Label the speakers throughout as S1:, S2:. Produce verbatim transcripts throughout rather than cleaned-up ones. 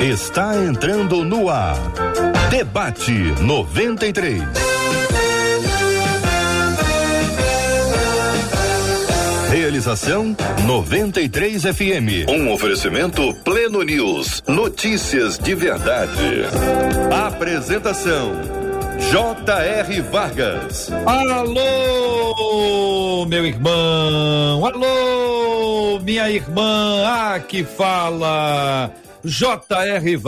S1: está entrando no ar. Debate noventa e três. Realização noventa e três F M. Um oferecimento Pleno News. Notícias de verdade. Apresentação J R Vargas.
S2: Alô, meu irmão. Alô, minha irmã. Ah, que fala J R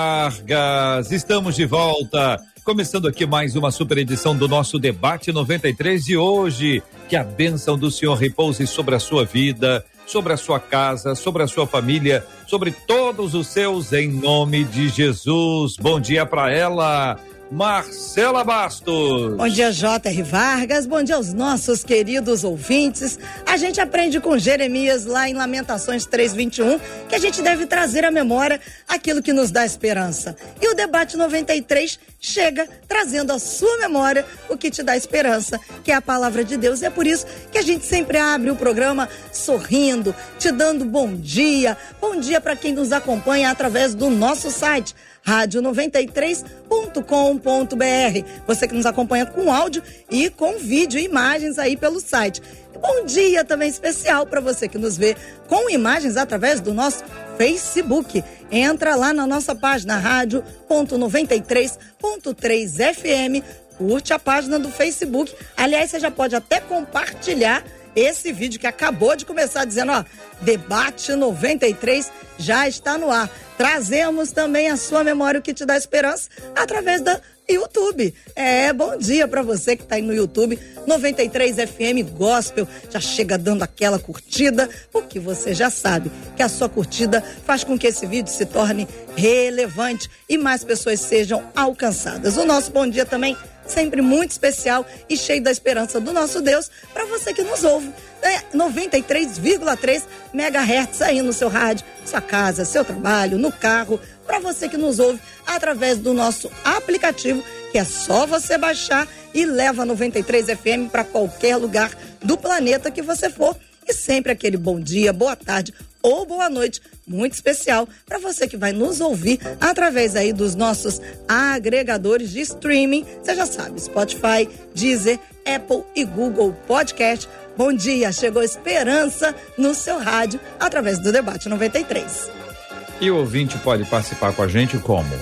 S2: Vargas. Estamos de volta. Começando aqui mais uma super edição do nosso Debate noventa e três de hoje. Que a bênção do Senhor repouse sobre a sua vida, sobre a sua casa, sobre a sua família, sobre todos os seus, em nome de Jesus. Bom dia para ela, Marcela Bastos.
S3: Bom dia, J R Vargas. Bom dia aos nossos queridos ouvintes. A gente aprende com Jeremias lá em Lamentações três, vinte e um, que a gente deve trazer à memória aquilo que nos dá esperança. E o Debate noventa e três chega trazendo à sua memória o que te dá esperança, que é a palavra de Deus. E é por isso que a gente sempre abre o programa sorrindo, te dando bom dia. Bom dia para quem nos acompanha através do nosso site, rádio noventa e três ponto com ponto b r. Você que nos acompanha com áudio e com vídeo e imagens aí pelo site. Bom dia também especial para você que nos vê com imagens através do nosso Facebook. Entra lá na nossa página rádio ponto noventa e três ponto três F M, curte a página do Facebook. Aliás, você já pode até compartilhar esse vídeo que acabou de começar dizendo, ó, Debate noventa e três já está no ar. Trazemos também a sua memória, o que te dá esperança, através da YouTube. É, bom dia para você que tá aí no YouTube, noventa e três F M Gospel. Já chega dando aquela curtida, porque você já sabe que a sua curtida faz com que esse vídeo se torne relevante e mais pessoas sejam alcançadas. O nosso bom dia também sempre muito especial e cheio da esperança do nosso Deus para você que nos ouve. É noventa e três vírgula três megahertz aí no seu rádio, sua casa, seu trabalho, no carro, para você que nos ouve através do nosso aplicativo, que é só você baixar e leva noventa e três F M para qualquer lugar do planeta que você for. E sempre aquele bom dia, boa tarde ou boa noite muito especial para você que vai nos ouvir através aí dos nossos agregadores de streaming. Você já sabe, Spotify, Deezer, Apple e Google Podcast. Bom dia, chegou esperança no seu rádio através do Debate noventa e três.
S2: E o ouvinte pode participar com a gente como?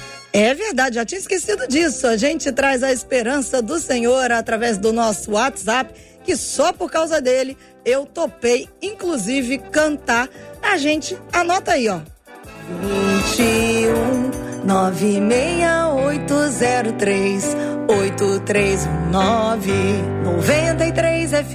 S3: É verdade, já tinha esquecido disso. A gente traz a esperança do Senhor através do nosso WhatsApp, que só por causa dele eu topei, inclusive, cantar. A gente anota aí, ó. vinte e um, nove seis oito zero três, oito três um nove, noventa e três F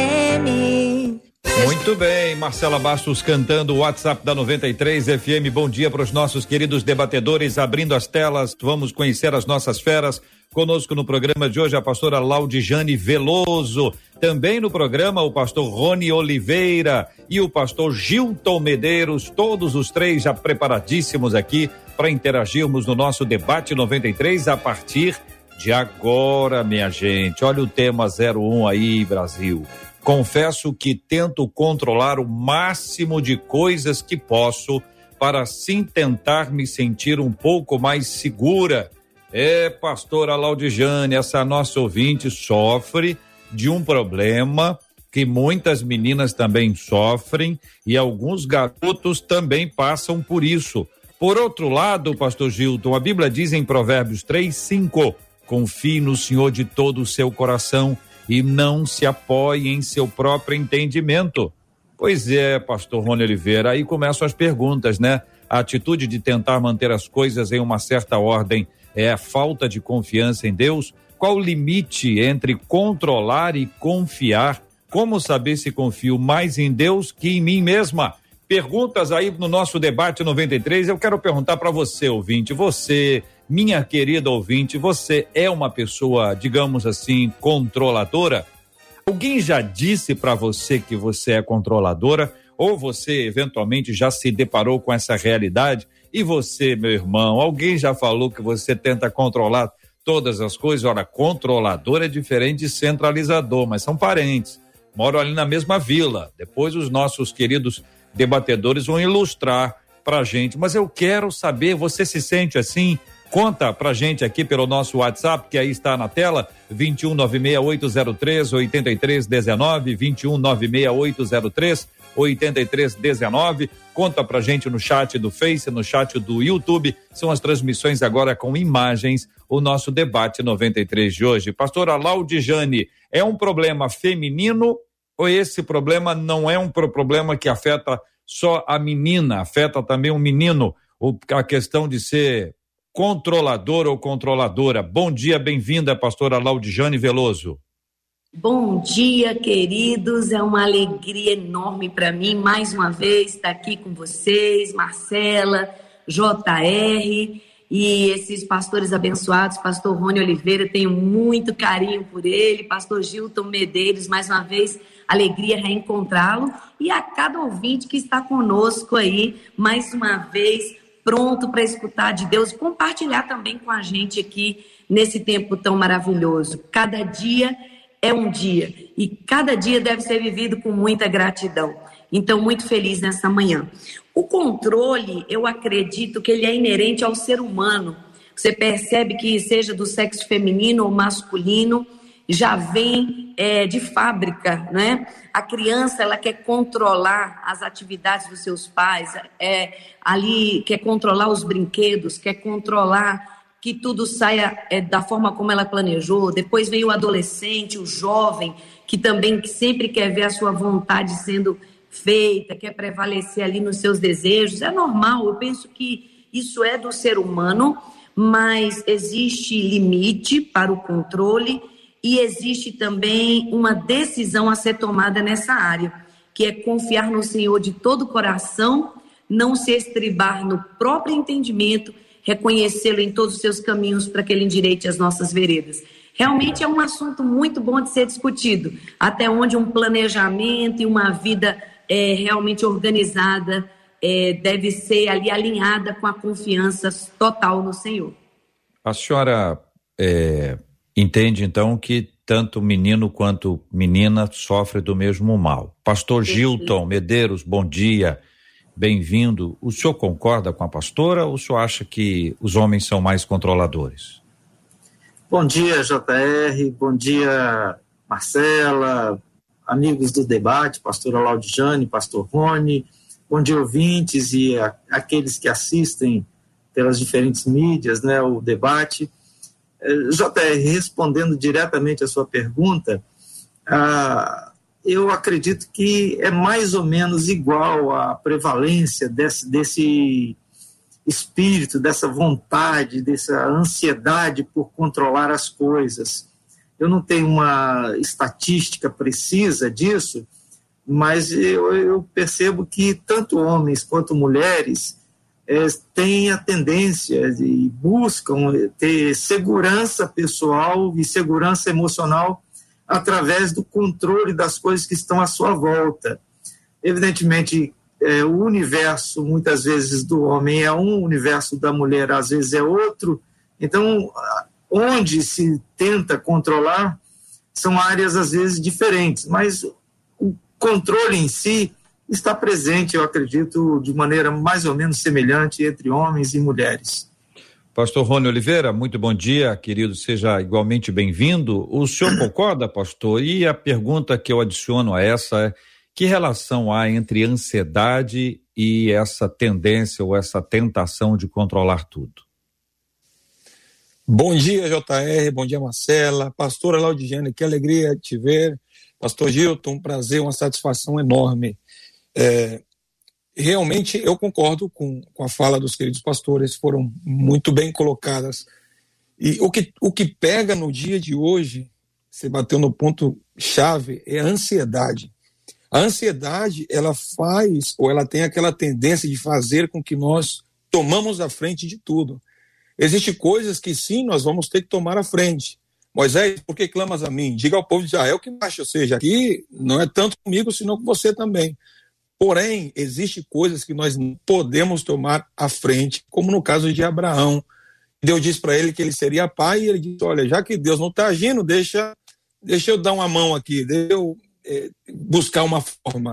S3: M.
S2: Muito bem, Marcela Bastos cantando o WhatsApp da noventa e três F M. Bom dia para os nossos queridos debatedores, abrindo as telas, vamos conhecer as nossas feras. Conosco no programa de hoje a pastora Laudijane Veloso, também no programa o pastor Rony Oliveira e o pastor Gilton Medeiros, todos os três já preparadíssimos aqui para interagirmos no nosso Debate noventa e três a partir de agora, minha gente. Olha o tema zero um aí, Brasil. Confesso que tento controlar o máximo de coisas que posso para assim tentar me sentir um pouco mais segura. É, pastora Laudijane, essa nossa ouvinte sofre de um problema que muitas meninas também sofrem e alguns garotos também passam por isso. Por outro lado, pastor Gilton, a Bíblia diz em Provérbios três, cinco, confie no Senhor de todo o seu coração e não se apoie em seu próprio entendimento. Pois é, pastor Rony Oliveira, aí começam as perguntas, né? A atitude de tentar manter as coisas em uma certa ordem é a falta de confiança em Deus? Qual o limite entre controlar e confiar? Como saber se confio mais em Deus que em mim mesma? Perguntas aí no nosso Debate noventa e três. Eu quero perguntar para você, ouvinte, você, minha querida ouvinte, você é uma pessoa, digamos assim, controladora? Alguém já disse para você que você é controladora? Ou você eventualmente já se deparou com essa realidade? E você, meu irmão, alguém já falou que você tenta controlar todas as coisas? Ora, controlador é diferente de centralizador, mas são parentes, moram ali na mesma vila. Depois os nossos queridos debatedores vão ilustrar pra gente. Mas eu quero saber, você se sente assim? Conta pra gente aqui pelo nosso WhatsApp, que aí está na tela, vinte e um, nove seis oito zero três, oito três um nove, vinte e um, nove seis oito zero três, oito três um nove. Conta pra gente no chat do Face, no chat do YouTube. São as transmissões agora com imagens, o nosso debate noventa e três de hoje. Pastora Laudijane, é um problema feminino ou esse problema não é um problema que afeta só a menina, afeta também o menino, ou a questão de ser controlador ou controladora? Bom dia, bem-vinda, pastora Laudijane Veloso.
S4: Bom dia, queridos, é uma alegria enorme para mim, mais uma vez, estar aqui com vocês, Marcela, J R e esses pastores abençoados, pastor Rony Oliveira, tenho muito carinho por ele, pastor Gilton Medeiros, mais uma vez, alegria reencontrá-lo, e a cada ouvinte que está conosco aí, mais uma vez, pronto para escutar de Deus, compartilhar também com a gente aqui nesse tempo tão maravilhoso. Cada dia é um dia e cada dia deve ser vivido com muita gratidão. Então, muito feliz nessa manhã. O controle, eu acredito que ele é inerente ao ser humano. Você percebe que seja do sexo feminino ou masculino, já vem é, de fábrica, né? A criança, ela quer controlar as atividades dos seus pais, é, ali quer controlar os brinquedos, quer controlar que tudo saia é, da forma como ela planejou. Depois vem o adolescente, o jovem, que também que sempre quer ver a sua vontade sendo feita, quer prevalecer ali nos seus desejos. É normal, eu penso que isso é do ser humano, mas existe limite para o controle. E existe também uma decisão a ser tomada nessa área, que é confiar no Senhor de todo o coração, não se estribar no próprio entendimento, reconhecê-lo em todos os seus caminhos para que ele endireite as nossas veredas. Realmente é um assunto muito bom de ser discutido, até onde um planejamento e uma vida é, realmente organizada é, deve ser ali alinhada com a confiança total no Senhor.
S2: A senhora... É... entende, então, que tanto menino quanto menina sofrem do mesmo mal. Pastor Gilton Medeiros, bom dia, bem-vindo. O senhor concorda com a pastora ou o senhor acha que os homens são mais controladores?
S5: Bom dia, J R, bom dia, Marcela, amigos do debate, pastora Laudijane, pastor Rony, bom dia, ouvintes e a, aqueles que assistem pelas diferentes mídias, né, o debate. J R, respondendo diretamente a sua pergunta, ah, eu acredito que é mais ou menos igual a prevalência desse, desse espírito, dessa vontade, dessa ansiedade por controlar as coisas. Eu não tenho uma estatística precisa disso, mas eu, eu percebo que tanto homens quanto mulheres É, têm a tendência e buscam ter segurança pessoal e segurança emocional através do controle das coisas que estão à sua volta. Evidentemente, é, o universo, muitas vezes, do homem é um, o universo da mulher, às vezes, é outro. Então, onde se tenta controlar são áreas, às vezes, diferentes, mas o controle em si está presente, eu acredito, de maneira mais ou menos semelhante entre homens e mulheres.
S2: Pastor Rony Oliveira, muito bom dia, querido, seja igualmente bem-vindo. O senhor concorda, pastor? E a pergunta que eu adiciono a essa é: que relação há entre ansiedade e essa tendência ou essa tentação de controlar tudo?
S6: Bom dia, J R, bom dia, Marcela, pastora Laudijane, que alegria te ver. Pastor Gilton, um prazer, uma satisfação enorme. É, realmente eu concordo com, com a fala dos queridos pastores, foram muito bem colocadas. E o que, o que pega no dia de hoje, você bateu no ponto chave, é a ansiedade. A ansiedade, ela faz, ou ela tem aquela tendência de fazer com que nós tomamos a frente de tudo. Existem coisas que sim, nós vamos ter que tomar a frente. Moisés, por que clamas a mim? Diga ao povo de Israel que baixa, ou seja, aqui não é tanto comigo, senão com você também. Porém, existem coisas que nós não podemos tomar à frente, como no caso de Abraão. Deus disse para ele que ele seria pai, e ele disse, olha, já que Deus não está agindo, deixa, deixa eu dar uma mão aqui, deixa eu é, buscar uma forma.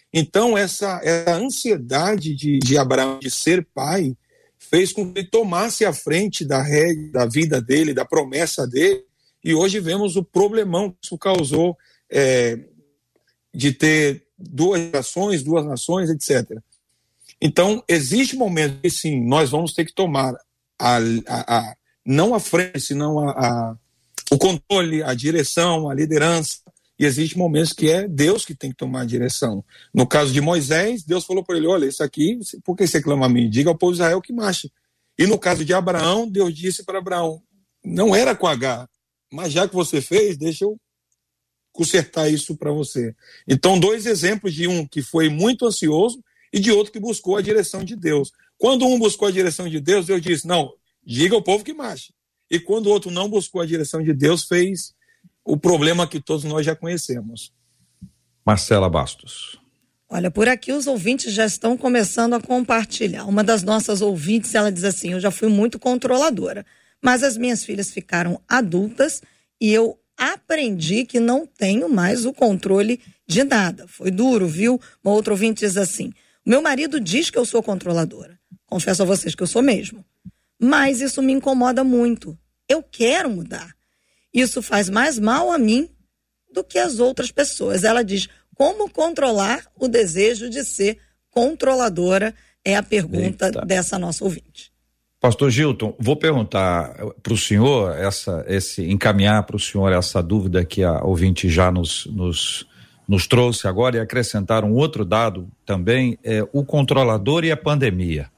S6: Então, essa, essa ansiedade de, de Abraão de ser pai fez com que ele tomasse a frente da rédea da vida dele, da promessa dele, e hoje vemos o problemão que isso causou é, de ter duas gerações, duas nações, etcétera. Então, existe um momento que, sim, nós vamos ter que tomar a, a, a, não a frente, senão a, a, o controle, a direção, a liderança. E existe momentos que é Deus que tem que tomar a direção. No caso de Moisés, Deus falou para ele, olha, isso aqui, por que você clama a mim? Diga ao povo de Israel que marche. E no caso de Abraão, Deus disse para Abraão, não era com H, mas já que você fez, deixa eu consertar isso para você. Então, dois exemplos de um que foi muito ansioso e de outro que buscou a direção de Deus. Quando um buscou a direção de Deus, Deus disse, não, diga ao povo que marche. E quando o outro não buscou a direção de Deus, fez o problema que todos nós já conhecemos.
S2: Marcela Bastos.
S3: Olha, por aqui os ouvintes já estão começando a compartilhar. Uma das nossas ouvintes, ela diz assim, eu já fui muito controladora, mas as minhas filhas ficaram adultas e eu aprendi que não tenho mais o controle de nada. Foi duro, viu? Uma outra ouvinte diz assim, meu marido diz que eu sou controladora. Confesso a vocês que eu sou mesmo. Mas isso me incomoda muito. Eu quero mudar. Isso faz mais mal a mim do que as outras pessoas. Ela diz, como controlar o desejo de ser controladora? É a pergunta Eita. dessa nossa ouvinte.
S2: Pastor Gilton, vou perguntar para o senhor, essa, esse, encaminhar para o senhor essa dúvida que a ouvinte já nos, nos, nos trouxe agora e acrescentar um outro dado também, é o controlador e a pandemia.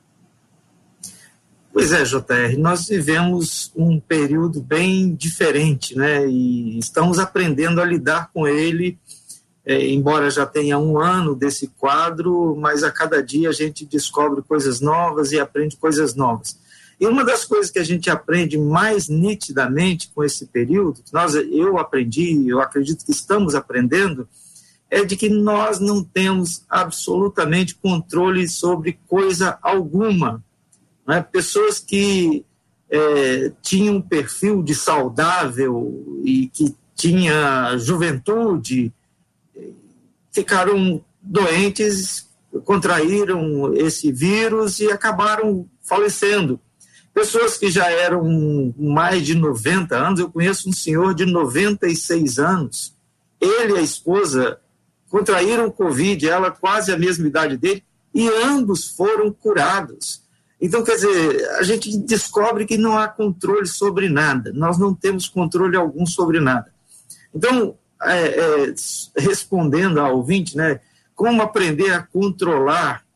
S5: Pois é, J R, nós vivemos um período bem diferente, né? E estamos aprendendo a lidar com ele, é, embora já tenha um ano desse quadro, mas a cada dia a gente descobre coisas novas e aprende coisas novas. E uma das coisas que a gente aprende mais nitidamente com esse período, que nós, eu aprendi, eu acredito que estamos aprendendo, é de que nós não temos absolutamente controle sobre coisa alguma. Né? Pessoas que é, tinham um perfil de saudável e que tinha juventude, ficaram doentes, contraíram esse vírus e acabaram falecendo. Pessoas que já eram mais de noventa anos, eu conheço um senhor de noventa e seis anos, ele e a esposa contraíram Covid, ela quase a mesma idade dele, e ambos foram curados. Então, quer dizer, a gente descobre que não há controle sobre nada, nós não temos controle algum sobre nada. Então, é, é, respondendo ao ouvinte, né, como aprender a controlar,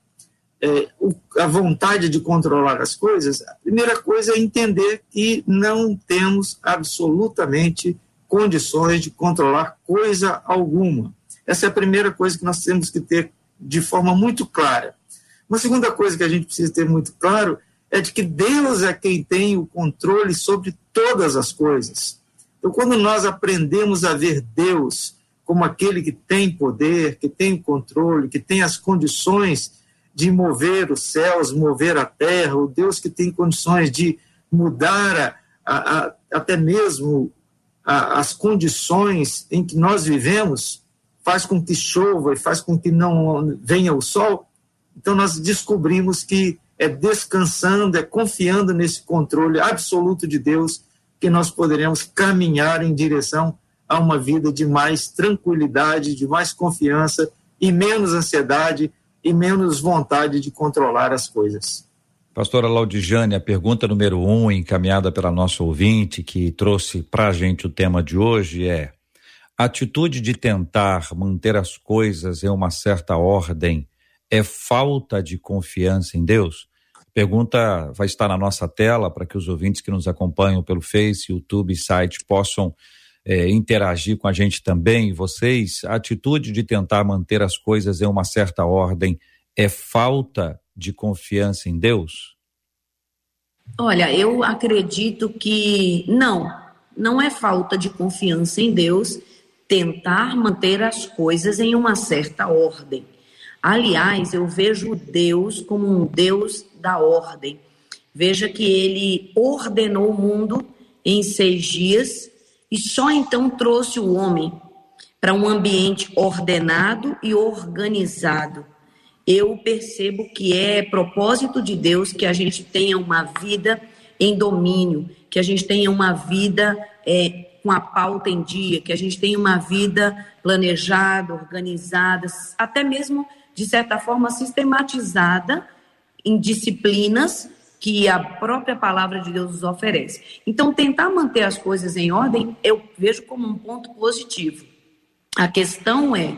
S5: é, o, a vontade de controlar as coisas, a primeira coisa é entender que não temos absolutamente condições de controlar coisa alguma. Essa é a primeira coisa que nós temos que ter de forma muito clara. Uma segunda coisa que a gente precisa ter muito claro é de que Deus é quem tem o controle sobre todas as coisas. Então, quando nós aprendemos a ver Deus como aquele que tem poder, que tem o controle, que tem as condições de mover os céus, mover a terra, o Deus que tem condições de mudar a, a, a, até mesmo a, as condições em que nós vivemos, faz com que chova e faz com que não venha o sol. Então, nós descobrimos que é descansando, é confiando nesse controle absoluto de Deus que nós poderemos caminhar em direção a uma vida de mais tranquilidade, de mais confiança e menos ansiedade e menos vontade de controlar as coisas.
S2: Pastora Laudijane, a pergunta número um, encaminhada pela nossa ouvinte, que trouxe para a gente o tema de hoje é: a atitude de tentar manter as coisas em uma certa ordem é falta de confiança em Deus? A pergunta vai estar na nossa tela para que os ouvintes que nos acompanham pelo Face, YouTube e site possam é, interagir com a gente também. Vocês, a atitude de tentar manter as coisas em uma certa ordem é falta de confiança em Deus?
S4: Olha, eu acredito que não, não é falta de confiança em Deus tentar manter as coisas em uma certa ordem. Aliás, eu vejo Deus como um Deus da ordem. Veja que ele ordenou o mundo em seis dias e só então trouxe o homem para um ambiente ordenado e organizado. Eu percebo que é propósito de Deus que a gente tenha uma vida em domínio, que a gente tenha uma vida é, com a pauta em dia, que a gente tenha uma vida planejada, organizada, até mesmo, de certa forma, sistematizada em disciplinas que a própria palavra de Deus nos oferece. Então, tentar manter as coisas em ordem, eu vejo como um ponto positivo. A questão é,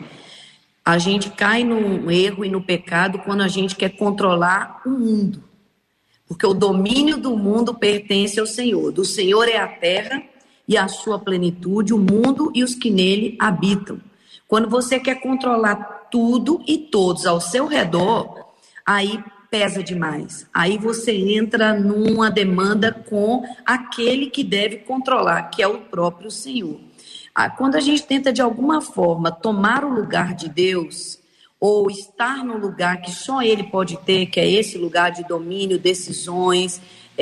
S4: a gente cai no erro e no pecado quando a gente quer controlar o mundo. Porque o domínio do mundo pertence ao Senhor. Do Senhor é a terra e a sua plenitude, o mundo e os que nele habitam. Quando você quer controlar tudo e todos ao seu redor, aí pesa demais. Aí você entra numa demanda com aquele que deve controlar, que é o próprio Senhor. Quando a gente tenta, de alguma forma, tomar o lugar de Deus, ou estar no lugar que só Ele pode ter, que é esse lugar de domínio, decisões,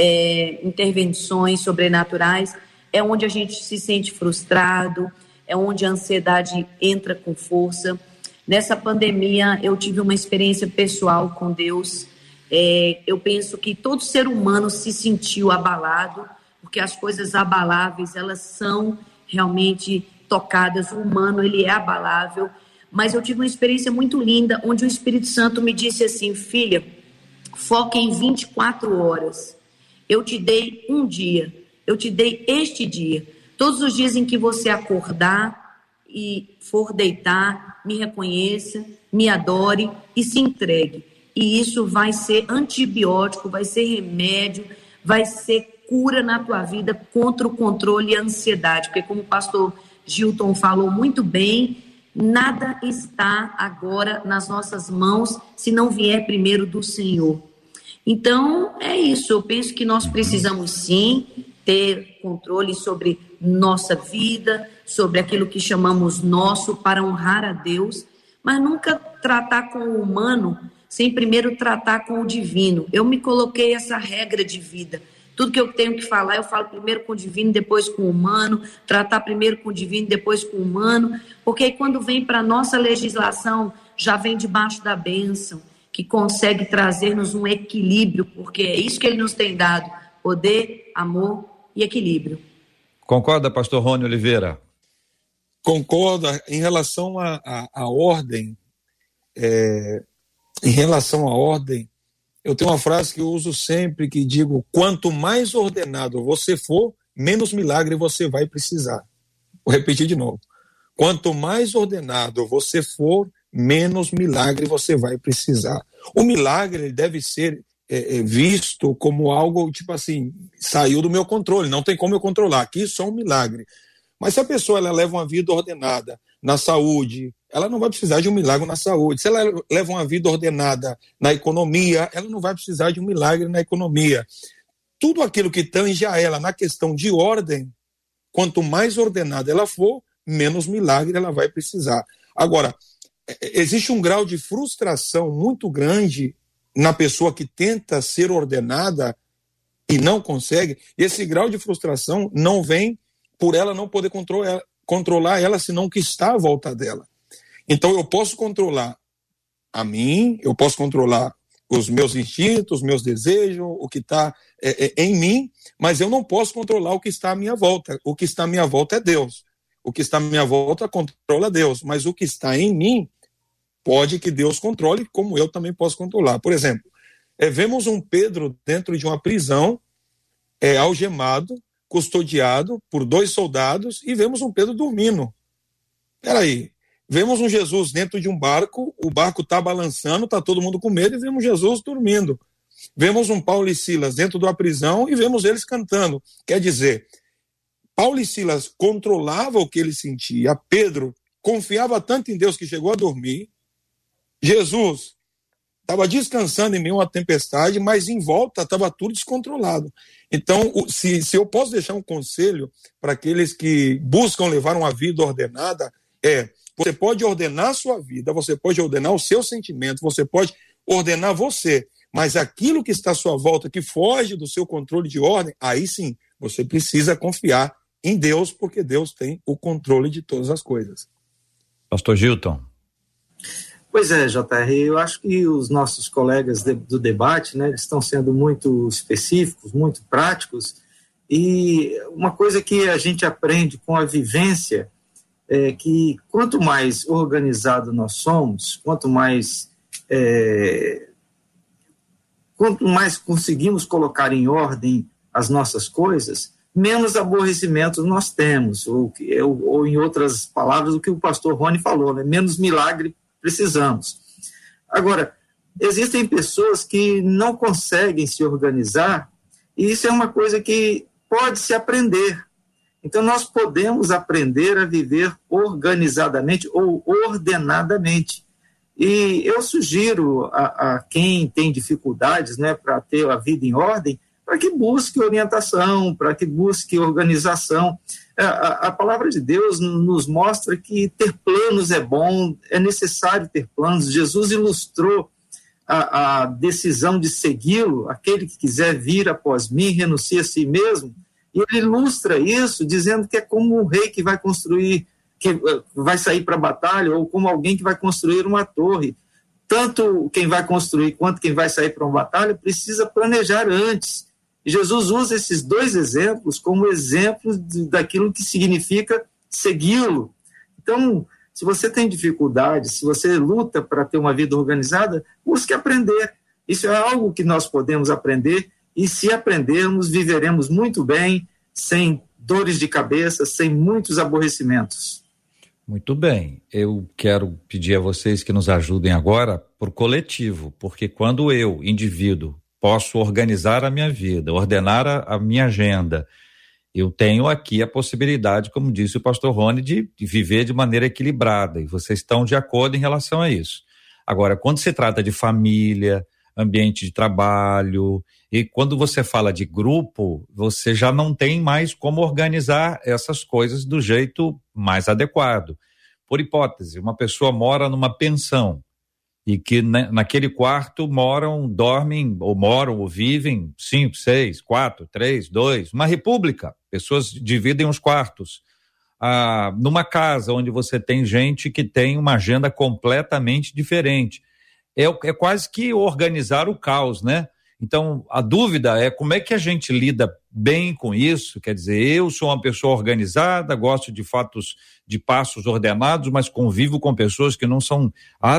S4: é, intervenções sobrenaturais, é onde a gente se sente frustrado, é onde a ansiedade entra com força. Nessa pandemia, eu tive uma experiência pessoal com Deus. É, eu penso que todo ser humano se sentiu abalado, porque as coisas abaláveis, elas são realmente tocadas. O humano, ele é abalável. Mas eu tive uma experiência muito linda, onde o Espírito Santo me disse assim: filha, foca em vinte e quatro horas. Eu te dei um dia, eu te dei este dia. Todos os dias em que você acordar e for deitar, me reconheça, me adore e se entregue. E isso vai ser antibiótico, vai ser remédio, vai ser cura na tua vida contra o controle e a ansiedade. Porque como o pastor Gilton falou muito bem, nada está agora nas nossas mãos se não vier primeiro do Senhor. Então, é isso. Eu penso que nós precisamos sim ter controle sobre nossa vida, sobre aquilo que chamamos nosso, para honrar a Deus, mas nunca tratar com o humano sem primeiro tratar com o divino. Eu me coloquei essa regra de vida. Tudo que eu tenho que falar, eu falo primeiro com o divino, depois com o humano, tratar primeiro com o divino, depois com o humano, porque aí quando vem para a nossa legislação, já vem debaixo da bênção, que consegue trazer-nos um equilíbrio, porque é isso que ele nos tem dado, poder, amor e equilíbrio.
S2: Concorda, pastor Rony Oliveira?
S6: Concordo. Em relação à a, a, a ordem, é, em relação à ordem, eu tenho uma frase que eu uso sempre, que digo: quanto mais ordenado você for, menos milagre você vai precisar. Vou repetir de novo. Quanto mais ordenado você for, menos milagre você vai precisar. O milagre ele deve ser é, é, visto como algo, tipo assim, saiu do meu controle, não tem como eu controlar, aqui só um milagre. Mas se a pessoa ela leva uma vida ordenada na saúde, ela não vai precisar de um milagre na saúde. Se ela leva uma vida ordenada na economia, ela não vai precisar de um milagre na economia. Tudo aquilo que tange a ela na questão de ordem, quanto mais ordenada ela for, menos milagre ela vai precisar. Agora, existe um grau de frustração muito grande na pessoa que tenta ser ordenada e não consegue. Esse grau de frustração não vem por ela não poder controlar, controlar ela, senão o que está à volta dela. Então eu posso controlar a mim, eu posso controlar os meus instintos, os meus desejos, o que está é, é, em mim, mas eu não posso controlar o que está à minha volta. O que está à minha volta é Deus. O que está à minha volta controla Deus, mas o que está em mim pode que Deus controle, como eu também posso controlar. Por exemplo, é, vemos um Pedro dentro de uma prisão, é, algemado, custodiado por dois soldados, e vemos um Pedro dormindo. Peraí, vemos um Jesus dentro de um barco, o barco está balançando, está todo mundo com medo, e vemos Jesus dormindo. Vemos um Paulo e Silas dentro da prisão e vemos eles cantando. Quer dizer, Paulo e Silas controlavam o que ele sentia, Pedro confiava tanto em Deus que chegou a dormir, Jesus estava descansando em meio a uma tempestade, mas em volta estava tudo descontrolado. Então, se, se eu posso deixar um conselho para aqueles que buscam levar uma vida ordenada, é: você pode ordenar a sua vida, você pode ordenar o seu sentimento, você pode ordenar você, mas aquilo que está à sua volta, que foge do seu controle de ordem, aí sim, você precisa confiar em Deus, porque Deus tem o controle de todas as coisas.
S2: Pastor Gilton.
S5: Pois é, J R, eu acho que os nossos colegas de, do debate, né, eles estão sendo muito específicos, muito práticos, e uma coisa que a gente aprende com a vivência é que quanto mais organizado nós somos, quanto mais, é, quanto mais conseguimos colocar em ordem as nossas coisas, menos aborrecimentos nós temos, ou, ou, ou em outras palavras, o que o pastor Rony falou, né, menos milagre precisamos. Agora, existem pessoas que não conseguem se organizar, e isso é uma coisa que pode se aprender. Então, nós podemos aprender a viver organizadamente ou ordenadamente. E eu sugiro a, a quem tem dificuldades, né, para ter a vida em ordem, para que busque orientação, para que busque organização. A, a palavra de Deus nos mostra que ter planos é bom, é necessário ter planos. Jesus ilustrou a, a decisão de segui-lo, aquele que quiser vir após mim, renuncia a si mesmo, e ele ilustra isso dizendo que é como um rei que vai construir, que vai sair para a batalha, ou como alguém que vai construir uma torre. Tanto quem vai construir quanto quem vai sair para uma batalha precisa planejar antes. Jesus usa esses dois exemplos como exemplos de, daquilo que significa segui-lo. Então, se você tem dificuldade, se você luta para ter uma vida organizada, busque aprender. Isso é algo que nós podemos aprender, e se aprendermos, viveremos muito bem, sem dores de cabeça, sem muitos aborrecimentos.
S2: Muito bem. Eu quero pedir a vocês que nos ajudem agora por coletivo, porque quando eu, indivíduo, posso organizar a minha vida, ordenar a, a minha agenda, eu tenho aqui a possibilidade, como disse o pastor Rony, de, de viver de maneira equilibrada, e vocês estão de acordo em relação a isso. Agora, quando se trata de família, ambiente de trabalho, e quando você fala de grupo, você já não tem mais como organizar essas coisas do jeito mais adequado. Por hipótese, uma pessoa mora numa pensão, e que né, naquele quarto moram, dormem, ou moram, ou vivem cinco, seis, quatro, três, dois, uma república, pessoas dividem os quartos. Ah, numa casa onde você tem gente que tem uma agenda completamente diferente. É, é quase que organizar o caos, né? Então, a dúvida é como é que a gente lida bem com isso. Quer dizer, eu sou uma pessoa organizada, gosto de fatos, de passos ordenados, mas convivo com pessoas que não são...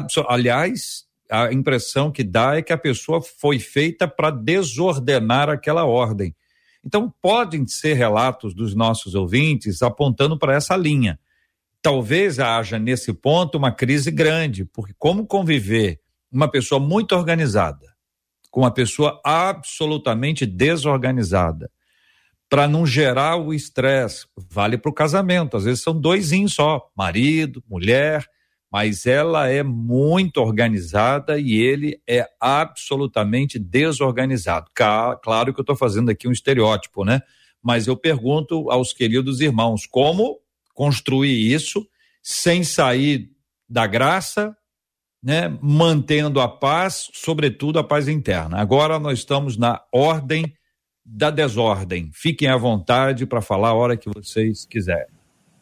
S2: Aliás, a impressão que dá é que a pessoa foi feita para desordenar aquela ordem. Então, podem ser relatos dos nossos ouvintes apontando para essa linha. Talvez haja, nesse ponto, uma crise grande, porque como conviver uma pessoa muito organizada com uma pessoa absolutamente desorganizada, para não gerar o estresse, vale para o casamento, às vezes são dois em só, marido, mulher, mas ela é muito organizada e ele é absolutamente desorganizado. Claro que eu estou fazendo aqui um estereótipo, né? Mas eu pergunto aos queridos irmãos, como construir isso sem sair da graça, né, mantendo a paz, sobretudo a paz interna. Agora nós estamos na ordem da desordem. Fiquem à vontade para falar a hora que vocês quiserem.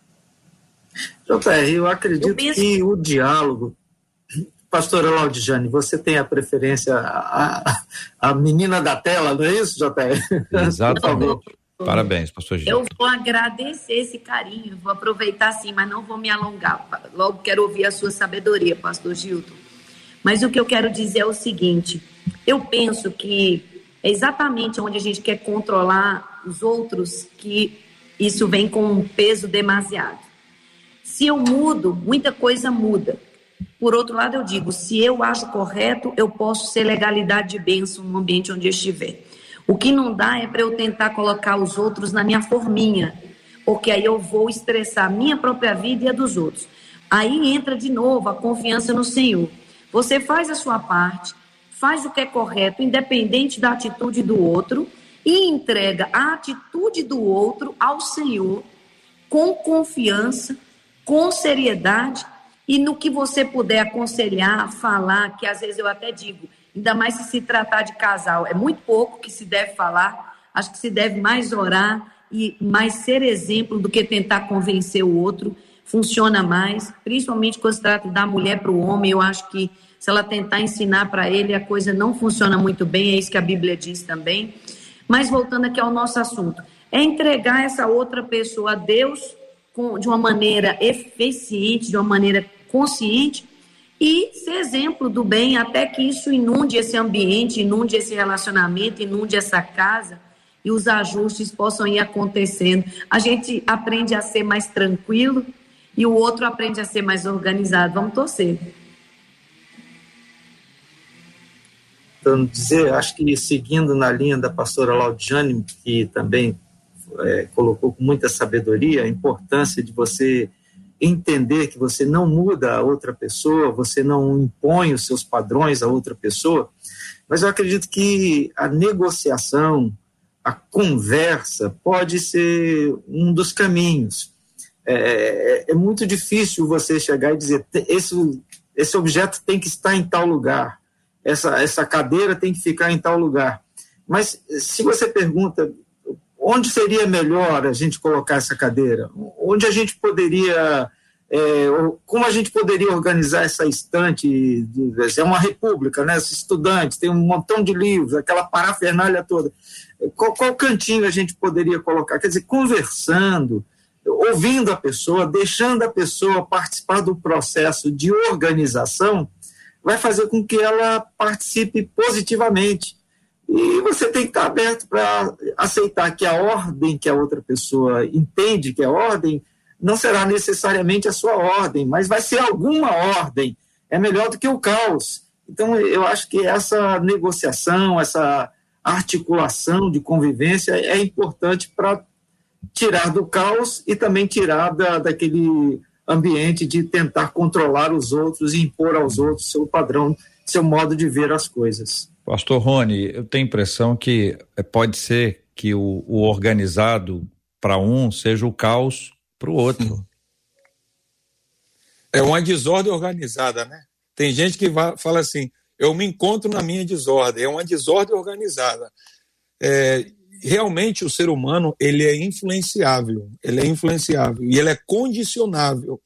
S5: J R, eu acredito eu penso... que o diálogo... Pastora Laudiane, você tem a preferência a, a, a menina da tela, não é isso, J R?
S2: Exatamente. Parabéns, pastor Gil.
S4: Eu vou agradecer esse carinho, vou aproveitar sim, mas não vou me alongar. Logo quero ouvir a sua sabedoria, pastor Gilton. Mas o que eu quero dizer é o seguinte, eu penso que é exatamente onde a gente quer controlar os outros que isso vem com um peso demasiado. Se eu mudo, muita coisa muda. Por outro lado, eu digo, se eu acho correto, eu posso ser legalidade de bênção no ambiente onde eu estiver. O que não dá é para eu tentar colocar os outros na minha forminha, porque aí eu vou estressar a minha própria vida e a dos outros. Aí entra de novo a confiança no Senhor. Você faz a sua parte, faz o que é correto, independente da atitude do outro, e entrega a atitude do outro ao Senhor com confiança, com seriedade, e no que você puder aconselhar, falar, que às vezes eu até digo, ainda mais se se tratar de casal, é muito pouco que se deve falar, acho que se deve mais orar e mais ser exemplo do que tentar convencer o outro, funciona mais, principalmente quando se trata da mulher para o homem. Eu acho que se ela tentar ensinar para ele, a coisa não funciona muito bem, é isso que a Bíblia diz também. Mas voltando aqui ao nosso assunto, é entregar essa outra pessoa a Deus com, de uma maneira eficiente, de uma maneira consciente, e ser exemplo do bem, até que isso inunde esse ambiente, inunde esse relacionamento, inunde essa casa, e os ajustes possam ir acontecendo. A gente aprende a ser mais tranquilo e o outro aprende a ser mais organizado. Vamos torcer.
S5: Então, dizer, acho que seguindo na linha da pastora Laudiane, que também é, colocou com muita sabedoria a importância de você entender que você não muda a outra pessoa, você não impõe os seus padrões a outra pessoa, mas eu acredito que a negociação, a conversa pode ser um dos caminhos. É, é, é muito difícil você chegar e dizer, esse, esse objeto tem que estar em tal lugar, essa, essa cadeira tem que ficar em tal lugar. Mas se você pergunta, onde seria melhor a gente colocar essa cadeira? Onde a gente poderia, é, como a gente poderia organizar essa estante? É uma república, né? Os estudantes, tem um montão de livros, aquela parafernália toda. Qual, qual cantinho a gente poderia colocar? Quer dizer, conversando, ouvindo a pessoa, deixando a pessoa participar do processo de organização, vai fazer com que ela participe positivamente. E você tem que estar aberto para aceitar que a ordem que a outra pessoa entende que é ordem não será necessariamente a sua ordem, mas vai ser alguma ordem. É melhor do que o caos. Então, eu acho que essa negociação, essa articulação de convivência é importante para tirar do caos e também tirar da, daquele ambiente de tentar controlar os outros e impor aos outros seu padrão, seu modo de ver as coisas.
S2: Pastor Rony, eu tenho a impressão que pode ser que o, o organizado para um seja o caos para o outro.
S6: É uma desordem organizada, né? Tem gente que vai, fala assim, eu me encontro na minha desordem, é uma desordem organizada. É, realmente o ser humano, ele é influenciável, ele é influenciável e ele é condicionável.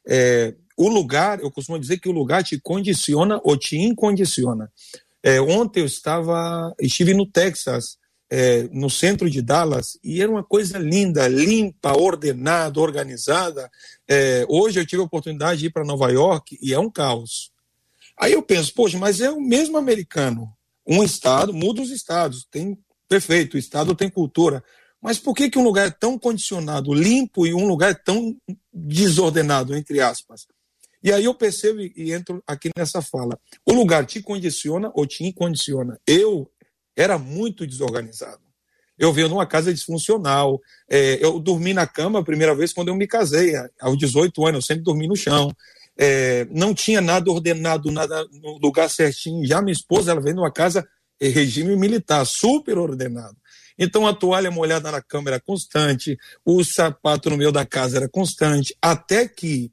S6: É, o lugar, eu costumo dizer que o lugar te condiciona ou te incondiciona. É, ontem eu estava, estive no Texas, é, no centro de Dallas, e era uma coisa linda, limpa, ordenada, organizada. É, hoje eu tive a oportunidade de ir para Nova York e é um caos. Aí eu penso, poxa, mas é o mesmo americano. Um estado, muda os estados, tem perfeito, o estado tem cultura. Mas por que que um lugar é tão condicionado, limpo, e um lugar é tão desordenado, entre aspas? E aí eu percebo e entro aqui nessa fala. O lugar te condiciona ou te incondiciona. Eu era muito desorganizado. Eu venho numa casa disfuncional. É, eu dormi na cama a primeira vez quando eu me casei. Aos dezoito anos, eu sempre dormi no chão. É, não tinha nada ordenado, nada no lugar certinho. Já minha esposa, ela veio numa casa em regime militar, super ordenado. Então a toalha molhada na cama era constante, o sapato no meio da casa era constante, até que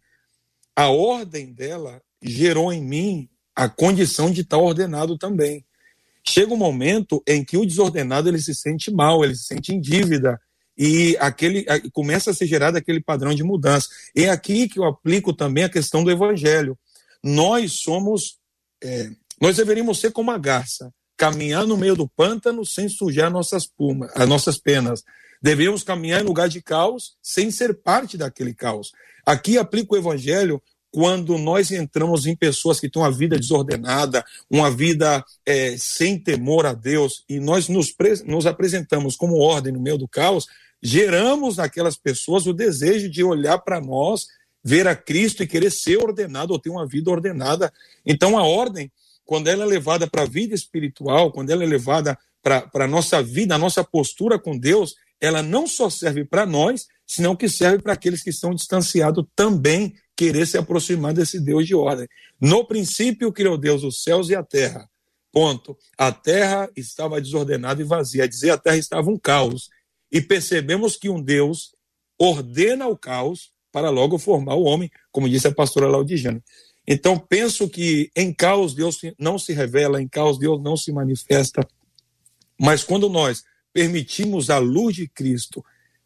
S6: a ordem dela gerou em mim a condição de estar ordenado também. Chega um momento em que o desordenado ele se sente mal, ele se sente em dívida, e aquele, começa a ser gerado aquele padrão de mudança. É aqui que eu aplico também a questão do evangelho. Nós somos, é, nós deveríamos ser como a garça, caminhar no meio do pântano sem sujar nossas plumas, as nossas penas. Devemos caminhar em lugar de caos sem ser parte daquele caos. Aqui aplico o evangelho quando nós entramos em pessoas que têm uma vida desordenada, uma vida é, sem temor a Deus, e nós nos, nos apresentamos como ordem no meio do caos, geramos naquelas pessoas o desejo de olhar para nós, ver a Cristo e querer ser ordenado ou ter uma vida ordenada. Então a ordem, quando ela é levada para a vida espiritual, quando ela é levada para a nossa vida, a nossa postura com Deus, ela não só serve para nós, senão que serve para aqueles que estão distanciados também querer se aproximar desse Deus de ordem. No princípio criou Deus os céus e a terra. Ponto. A terra estava desordenada e vazia. A dizer, a terra estava um caos. E percebemos que um Deus ordena o caos para logo formar o homem, como disse a pastora Laudiane. Então, penso que em caos Deus não se revela, em caos Deus não se manifesta, mas quando nós permitimos a luz de Cristo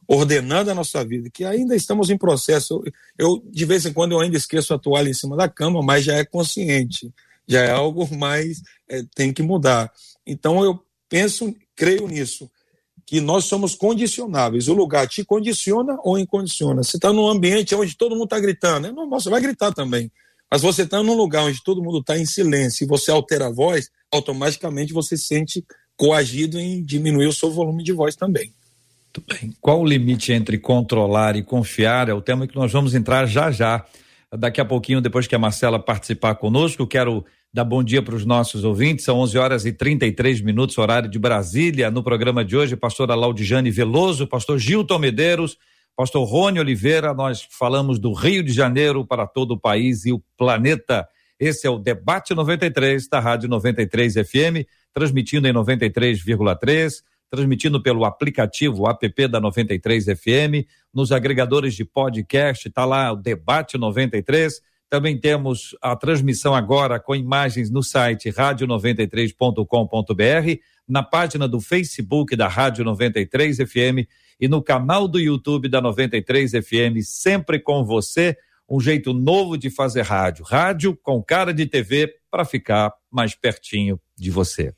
S6: ordenando a nossa vida, que ainda estamos em processo. Eu, eu, de vez em quando, eu ainda esqueço a toalha em cima da cama, mas já é consciente, já é algo mais, é, tem que mudar. Então, eu penso, creio nisso, que nós somos condicionáveis. O lugar te condiciona ou incondiciona. Você está num ambiente onde todo mundo está gritando, é normal, você vai gritar também. Mas você está num lugar onde todo mundo está em silêncio e você altera a voz, automaticamente você se sente coagido em diminuir o seu volume de voz também.
S2: Muito bem. Qual o limite entre controlar e confiar? É o tema que nós vamos entrar já já. Daqui a pouquinho, depois que a Marcela participar conosco, quero dar bom dia para os nossos ouvintes. São onze horas e trinta e três minutos, horário de Brasília. No programa de hoje, pastora Laudijane Veloso, pastor Gilton Medeiros, pastor Rony Oliveira. Nós falamos do Rio de Janeiro para todo o país e o planeta. Esse é o Debate noventa e três da Rádio noventa e três F M, transmitindo em noventa e três vírgula três, transmitindo pelo aplicativo app da noventa e três F M, nos agregadores de podcast, está lá o Debate noventa e três. Também temos a transmissão agora com imagens no site rádio noventa e três ponto com ponto b r, na página do Facebook da Rádio noventa e três F M e no canal do YouTube da noventa e três F M, sempre com você, um jeito novo de fazer rádio. Rádio com cara de T V para ficar mais pertinho de você.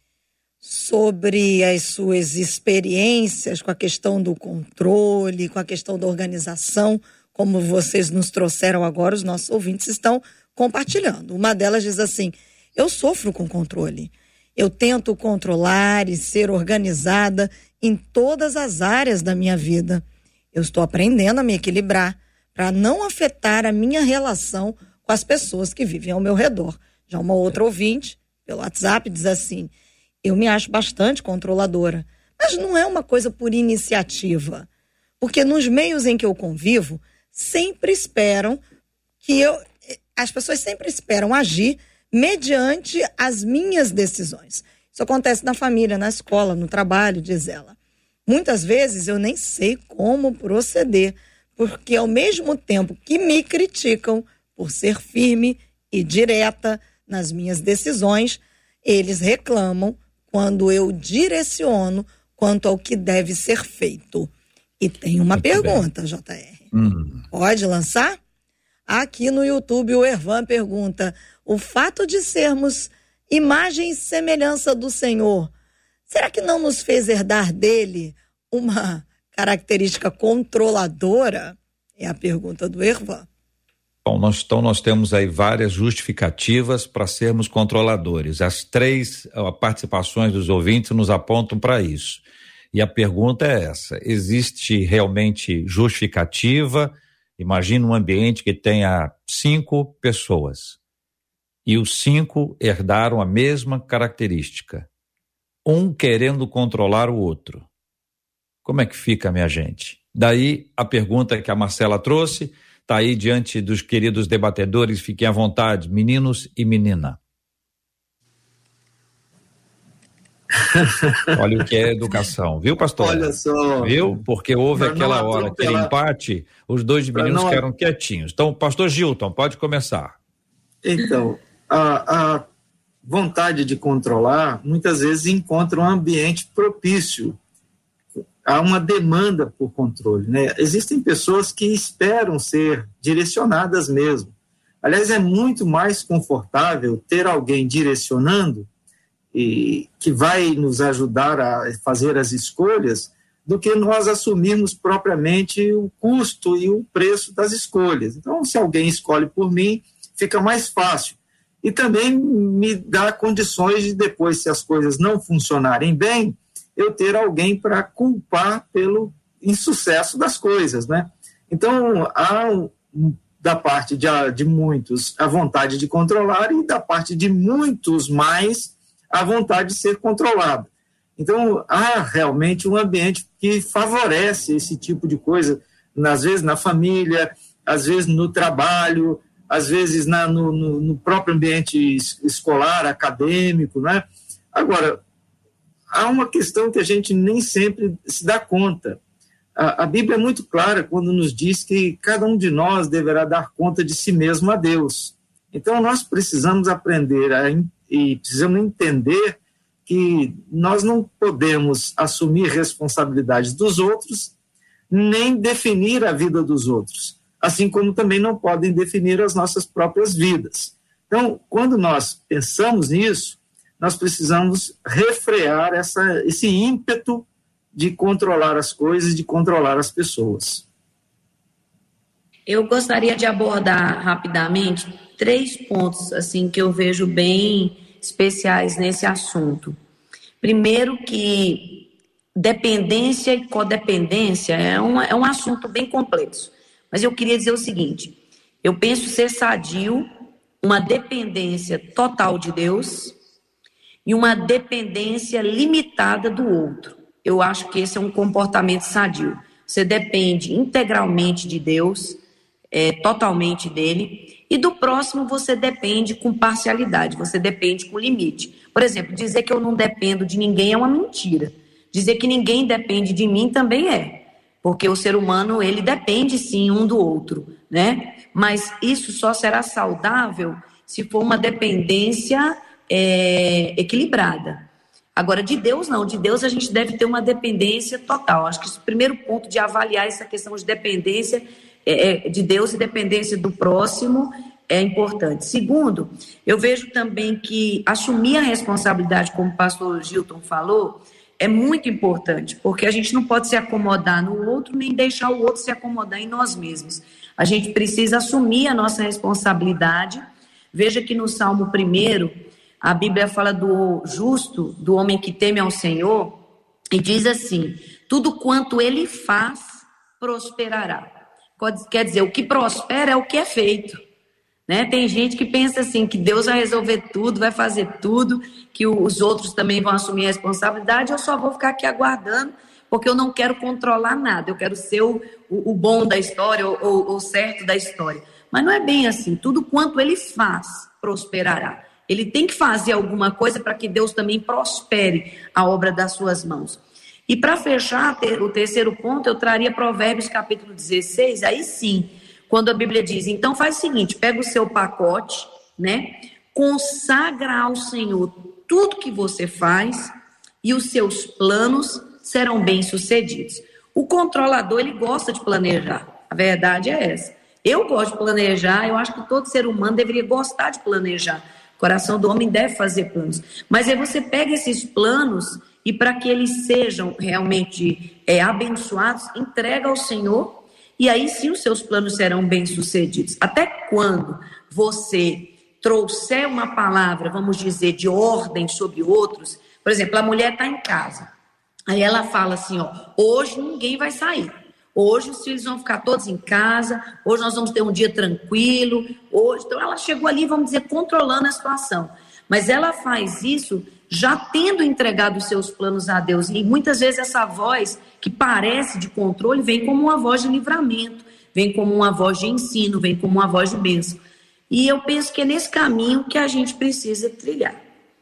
S3: Sobre as suas experiências com a questão do controle, com a questão da organização, como vocês nos trouxeram agora, os nossos ouvintes estão compartilhando. Uma delas diz assim: eu sofro com controle. Eu tento controlar e ser organizada em todas as áreas da minha vida. Eu estou aprendendo a me equilibrar para não afetar a minha relação com as pessoas que vivem ao meu redor. Já uma outra ouvinte, pelo WhatsApp, diz assim: eu me acho bastante controladora, mas não é uma coisa por iniciativa, porque nos meios em que eu convivo, sempre esperam que eu, as pessoas sempre esperam agir mediante as minhas decisões. Isso acontece na família, na escola, no trabalho, diz ela. Muitas vezes eu nem sei como proceder, porque ao mesmo tempo que me criticam por ser firme e direta nas minhas decisões, eles reclamam quando eu direciono quanto ao que deve ser feito. E tem uma Muito pergunta, bem. J R. Hum. Pode lançar? Aqui no YouTube o Ervan pergunta: o fato de sermos imagem e semelhança do Senhor, será que não nos fez herdar dele uma característica controladora? É a pergunta do Ervan.
S2: Bom, nós, então nós temos aí várias justificativas para sermos controladores. As três uh, participações dos ouvintes nos apontam para isso. E a pergunta é essa: existe realmente justificativa? Imagina um ambiente que tenha cinco pessoas e os cinco herdaram a mesma característica, um querendo controlar o outro. Como é que fica, minha gente? Daí a pergunta que a Marcela trouxe. Está aí diante dos queridos debatedores, fiquem à vontade, meninos e menina. Olha o que é educação, viu, pastor?
S5: Olha só.
S2: Viu? Porque houve aquela hora, aquele empate, os dois meninos ficaram quietinhos. Então, pastor Gilton, pode começar.
S5: Então, a, a vontade de controlar, muitas vezes encontra um ambiente propício. Há uma demanda por controle, né? Existem pessoas que esperam ser direcionadas mesmo. Aliás, é muito mais confortável ter alguém direcionando e que vai nos ajudar a fazer as escolhas do que nós assumirmos propriamente o custo e o preço das escolhas. Então, se alguém escolhe por mim, fica mais fácil. E também me dá condições de depois, se as coisas não funcionarem bem, eu ter alguém para culpar pelo insucesso das coisas, né? Então, há da parte de, de muitos a vontade de controlar e da parte de muitos mais a vontade de ser controlado. Então, há realmente um ambiente que favorece esse tipo de coisa, às vezes na família, às vezes no trabalho, às vezes na, no, no, no próprio ambiente escolar, acadêmico, né? Agora, há uma questão que a gente nem sempre se dá conta. A, a Bíblia é muito clara quando nos diz que cada um de nós deverá dar conta de si mesmo a Deus. Então, nós precisamos aprender a, e precisamos entender que nós não podemos assumir responsabilidades dos outros, nem definir a vida dos outros, assim como também não podem definir as nossas próprias vidas. Então, quando nós pensamos nisso, nós precisamos refrear essa, esse ímpeto de controlar as coisas, de controlar as pessoas.
S4: Eu gostaria de abordar rapidamente três pontos assim que eu vejo bem especiais nesse assunto. Primeiro, que dependência e codependência é um, é um assunto bem complexo. Mas eu queria dizer o seguinte: eu penso ser sadio uma dependência total de Deus e uma dependência limitada do outro. Eu acho que esse é um comportamento sadio. Você depende integralmente de Deus, é, totalmente dele, e do próximo você depende com parcialidade, você depende com limite. Por exemplo, dizer que eu não dependo de ninguém é uma mentira. Dizer que ninguém depende de mim também é, porque o ser humano, ele depende sim um do outro, né? Mas isso só será saudável se for uma dependência é, equilibrada. Agora, de Deus não, de Deus a gente deve ter uma dependência total. Acho que esse primeiro ponto de avaliar essa questão de dependência é, de Deus e dependência do próximo é importante. Segundo, eu vejo também que assumir a responsabilidade, como o pastor Gilton falou, é muito importante, porque a gente não pode se acomodar no outro, nem deixar o outro se acomodar em nós mesmos. A gente precisa assumir a nossa responsabilidade. Veja que no Salmo primeiro, a Bíblia fala do justo, do homem que teme ao Senhor, e diz assim: tudo quanto ele faz, prosperará. Quer dizer, o que prospera é o que é feito. Né? Tem gente que pensa assim, que Deus vai resolver tudo, vai fazer tudo, que os outros também vão assumir a responsabilidade, eu só vou ficar aqui aguardando, porque eu não quero controlar nada, eu quero ser o, o, o bom da história, ou o certo da história. Mas não é bem assim, tudo quanto ele faz, prosperará. Ele tem que fazer alguma coisa para que Deus também prospere a obra das suas mãos. E para fechar o terceiro ponto, eu traria Provérbios capítulo dezesseis, aí sim, quando a Bíblia diz, então faz o seguinte, pega o seu pacote, né? Consagra ao Senhor tudo que você faz e os seus planos serão bem-sucedidos. O controlador, ele gosta de planejar, a verdade é essa. Eu gosto de planejar, eu acho que todo ser humano deveria gostar de planejar. O coração do homem deve fazer planos. Mas aí você pega esses planos e para que eles sejam realmente é, abençoados, entrega ao Senhor. E aí sim os seus planos serão bem-sucedidos. Até quando você trouxer uma palavra, vamos dizer, de ordem sobre outros, por exemplo, a mulher está em casa, aí ela fala assim, ó, hoje ninguém vai sair, hoje os filhos vão ficar todos em casa, hoje nós vamos ter um dia tranquilo, hoje... Então ela chegou ali, vamos dizer, controlando a situação. Mas ela faz isso já tendo entregado os seus planos a Deus. E muitas vezes essa voz que parece de controle vem como uma voz de livramento, vem como uma voz de ensino, vem como uma voz de bênção. E eu penso que é nesse caminho que a gente precisa trilhar.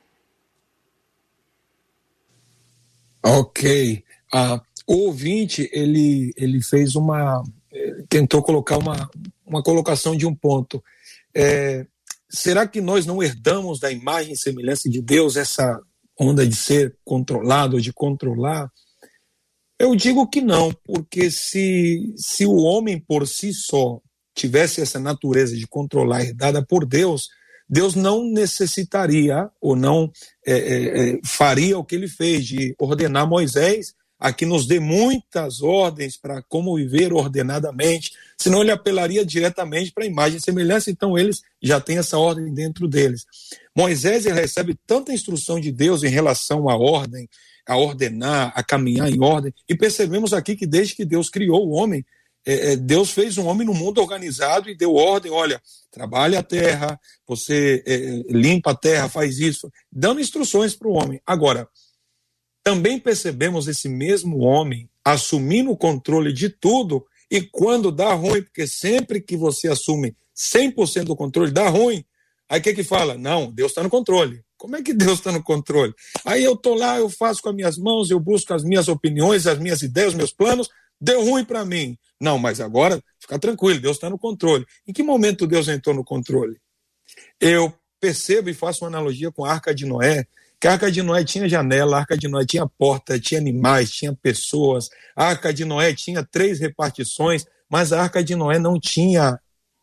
S6: Ok. Ah, o ouvinte, ele, ele fez uma... tentou colocar uma, uma colocação de um ponto. É, será que nós não herdamos da imagem e semelhança de Deus essa onda de ser controlado ou de controlar? Eu digo que não, porque se, se o homem por si só tivesse essa natureza de controlar herdada por Deus, Deus não necessitaria ou não é, é, faria o que ele fez de ordenar Moisés a que nos dê muitas ordens para como viver ordenadamente, senão ele apelaria diretamente para a imagem e semelhança, então eles já têm essa ordem dentro deles. Moisés ele recebe tanta instrução de Deus em relação à ordem, a ordenar, a caminhar em ordem, e percebemos aqui que desde que Deus criou o homem, é, Deus fez um homem no mundo organizado e deu ordem, olha, trabalha a terra, você é, limpa a terra, faz isso, dando instruções para o homem. Agora, também percebemos esse mesmo homem assumindo o controle de tudo e quando dá ruim, porque sempre que você assume cem por cento do controle, dá ruim. Aí o que que fala? Não, Deus está no controle. Como é que Deus está no controle? Aí eu estou lá, eu faço com as minhas mãos, eu busco as minhas opiniões, as minhas ideias, os meus planos, deu ruim para mim. Não, mas agora, fica tranquilo, Deus está no controle. Em que momento Deus entrou no controle? Eu percebo e faço uma analogia com a Arca de Noé, que a Arca de Noé tinha janela, a Arca de Noé tinha porta, tinha animais, tinha pessoas, a Arca de Noé tinha três repartições, mas a Arca de Noé não tinha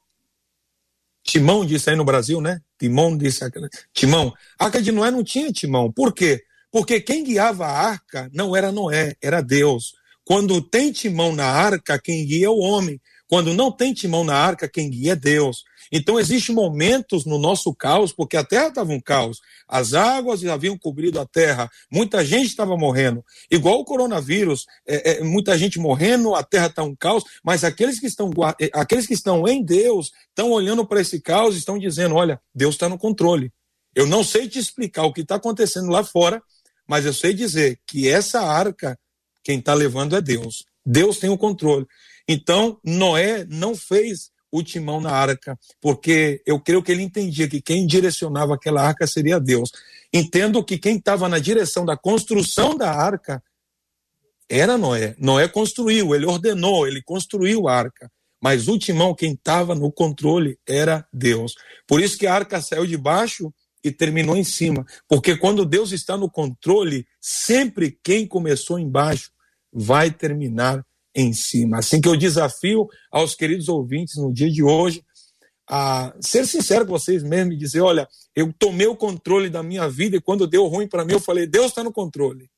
S6: timão, disse aí no Brasil, né? Timão, disse aquela. Timão. A Arca de Noé não tinha timão. Por quê? Porque quem guiava a arca não era Noé, era Deus. Quando tem timão na arca, quem guia é o homem. Quando não tem timão na arca, quem guia é Deus. Então, existem momentos no nosso caos, porque a terra estava um caos. As águas haviam cobrido a terra. Muita gente estava morrendo. Igual o coronavírus, é, é, muita gente morrendo, a terra está um caos, mas aqueles que estão, aqueles que estão em Deus estão olhando para esse caos e estão dizendo, olha, Deus está no controle. Eu não sei te explicar o que está acontecendo lá fora, mas eu sei dizer que essa arca, quem está levando é Deus. Deus tem o controle. Então, Noé não fez o timão na arca, porque eu creio que ele entendia que quem direcionava aquela arca seria Deus. Entendo que quem estava na direção da construção da arca era Noé. Noé construiu, ele ordenou, ele construiu a arca. Mas o timão, quem estava no controle era Deus. Por isso que a arca saiu de baixo e terminou em cima. Porque quando Deus está no controle, sempre quem começou embaixo vai terminar em cima. Assim que eu desafio aos queridos ouvintes no dia de hoje a ser sincero com vocês mesmos e dizer, olha, eu tomei o controle da minha vida e quando deu ruim para mim eu falei, Deus está no controle.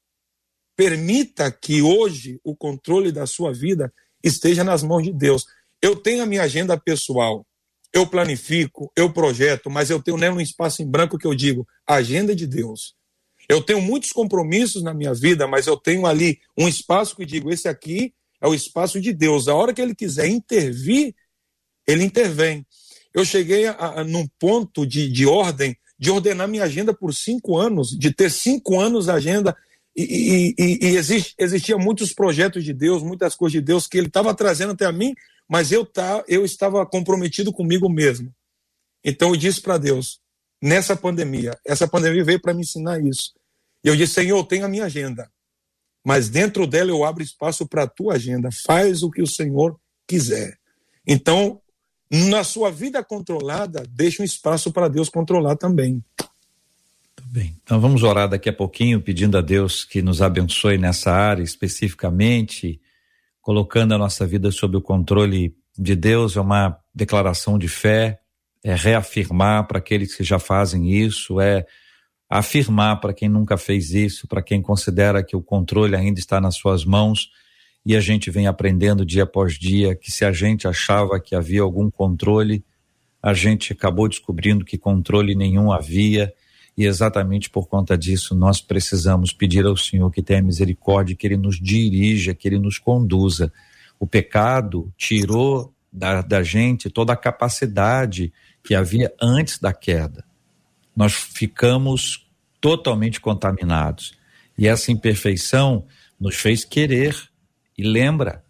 S6: Permita que hoje o controle da sua vida esteja nas mãos de Deus. Eu tenho a minha agenda pessoal, eu planifico, eu projeto, mas eu tenho nela um espaço em branco que eu digo, agenda de Deus. Eu tenho muitos compromissos na minha vida, mas eu tenho ali um espaço que eu digo, esse aqui é o espaço de Deus. A hora que ele quiser intervir, ele intervém. Eu cheguei a, a, num ponto de, de ordem, de ordenar minha agenda por cinco anos, de ter cinco anos a agenda, e, e, e, e existe, existia muitos projetos de Deus, muitas coisas de Deus que ele estava trazendo até a mim, mas eu, tá, eu estava comprometido comigo mesmo. Então eu disse para Deus, nessa pandemia, essa pandemia veio para me ensinar isso. E eu disse, Senhor, eu tenho a minha agenda, mas dentro dela eu abro espaço para a tua agenda. Faz o que o Senhor quiser. Então, na sua vida controlada, deixa um espaço para Deus controlar também.
S2: Muito bem. Então vamos orar daqui a pouquinho, pedindo a Deus que nos abençoe nessa área especificamente, colocando a nossa vida sob o controle de Deus. É uma declaração de fé, é reafirmar para aqueles que já fazem isso, é afirmar para quem nunca fez isso, para quem considera que o controle ainda está nas suas mãos, e a gente vem aprendendo dia após dia que se a gente achava que havia algum controle, a gente acabou descobrindo que controle nenhum havia, e exatamente por conta disso nós precisamos pedir ao Senhor que tenha misericórdia, que Ele nos dirija, que Ele nos conduza. O pecado tirou da, da gente toda a capacidade que havia antes da queda. Nós ficamos totalmente contaminados. E essa imperfeição nos fez querer. E lembra,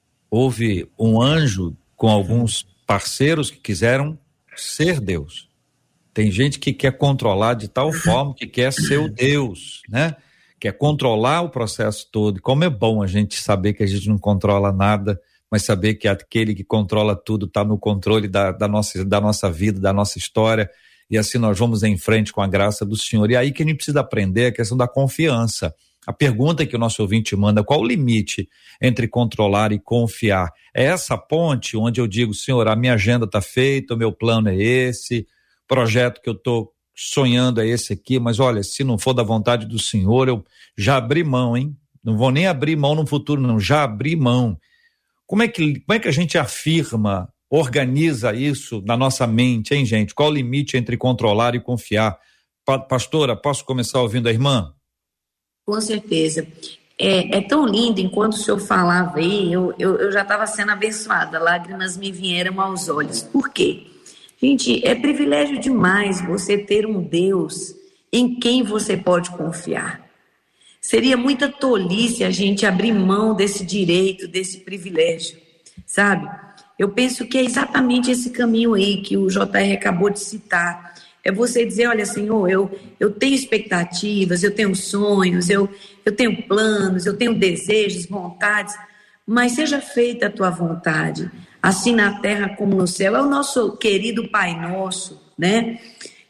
S2: houve um anjo com alguns parceiros que quiseram ser Deus. Tem gente que quer controlar de tal forma que quer ser o Deus, né? Quer controlar o processo todo. E como é bom a gente saber que a gente não controla nada, mas saber que aquele que controla tudo está no controle da, da, nossa, da nossa vida, da nossa história. E assim nós vamos em frente com a graça do Senhor. E aí que a gente precisa aprender a questão da confiança. A pergunta que o nosso ouvinte manda, qual o limite entre controlar e confiar? É essa ponte onde eu digo, Senhor, a minha agenda está feita, o meu plano é esse, o projeto que eu estou sonhando é esse aqui, mas olha, se não for da vontade do Senhor, eu já abri mão, hein? Não vou nem abrir mão no futuro, não, já abri mão. Como é que, como é que a gente afirma, organiza isso na nossa mente, hein, gente? Qual o limite entre controlar e confiar? Pa- Pastora, posso começar ouvindo a irmã?
S4: Com certeza. É, é tão lindo, enquanto o senhor falava aí, eu, eu, eu já estava sendo abençoada, lágrimas me vieram aos olhos. Por quê? Gente, é privilégio demais você ter um Deus em quem você pode confiar. Seria muita tolice a gente abrir mão desse direito, desse privilégio, sabe? Eu penso que é exatamente esse caminho aí que o J R acabou de citar. É você dizer, olha, Senhor, eu, eu tenho expectativas, eu tenho sonhos, eu, eu tenho planos, eu tenho desejos, vontades, mas seja feita a tua vontade, assim na terra como no céu. É o nosso querido Pai Nosso, né?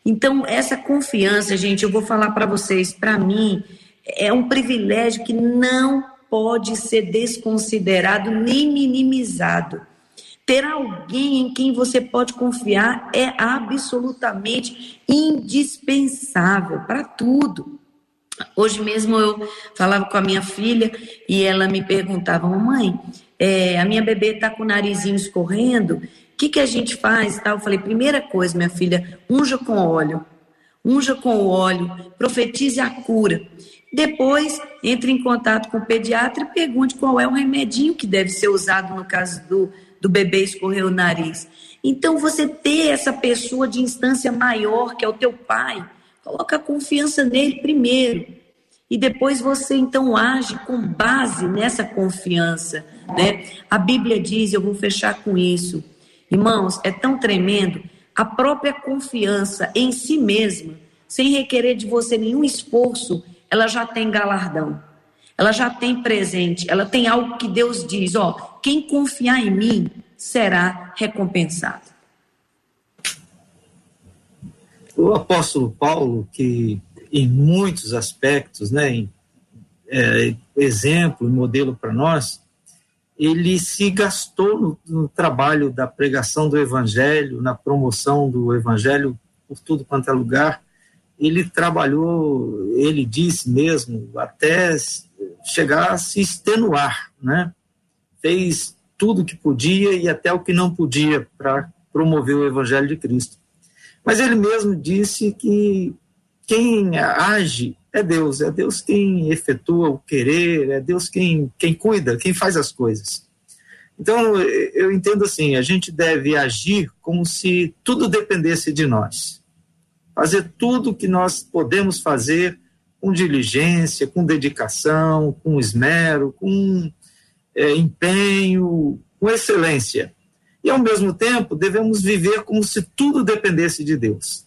S4: Então, essa confiança, gente, eu vou falar para vocês, para mim, é um privilégio que não pode ser desconsiderado nem minimizado. Ter alguém em quem você pode confiar é absolutamente indispensável para tudo. Hoje mesmo eu falava com a minha filha e ela me perguntava, mamãe, é, a minha bebê está com o narizinho escorrendo, o que, que a gente faz? Eu falei, primeira coisa, minha filha, unja com óleo, unja com o óleo, profetize a cura. Depois, entre em contato com o pediatra e pergunte qual é o remedinho que deve ser usado no caso do, do bebê escorrer o nariz. Então, você ter essa pessoa de instância maior, que é o teu pai, coloca a confiança nele primeiro. E depois você, então, age com base nessa confiança, né? A Bíblia diz, eu vou fechar com isso, irmãos, é tão tremendo, a própria confiança em si mesma, sem requerer de você nenhum esforço, ela já tem galardão, ela já tem presente, ela tem algo que Deus diz, ó, quem confiar em mim será recompensado.
S5: O apóstolo Paulo, que em muitos aspectos, né, em, é, exemplo, modelo para nós, ele se gastou no, no trabalho da pregação do evangelho, na promoção do evangelho por tudo quanto é lugar. Ele trabalhou, ele disse mesmo, até chegar a se extenuar, né? Fez tudo o que podia e até o que não podia para promover o evangelho de Cristo. Mas ele mesmo disse que quem age é Deus, é Deus quem efetua o querer, é Deus quem, quem cuida, quem faz as coisas. Então, eu entendo assim, a gente deve agir como se tudo dependesse de nós. Fazer tudo o que nós podemos fazer com diligência, com dedicação, com esmero, com é, empenho, com excelência. E, ao mesmo tempo, devemos viver como se tudo dependesse de Deus.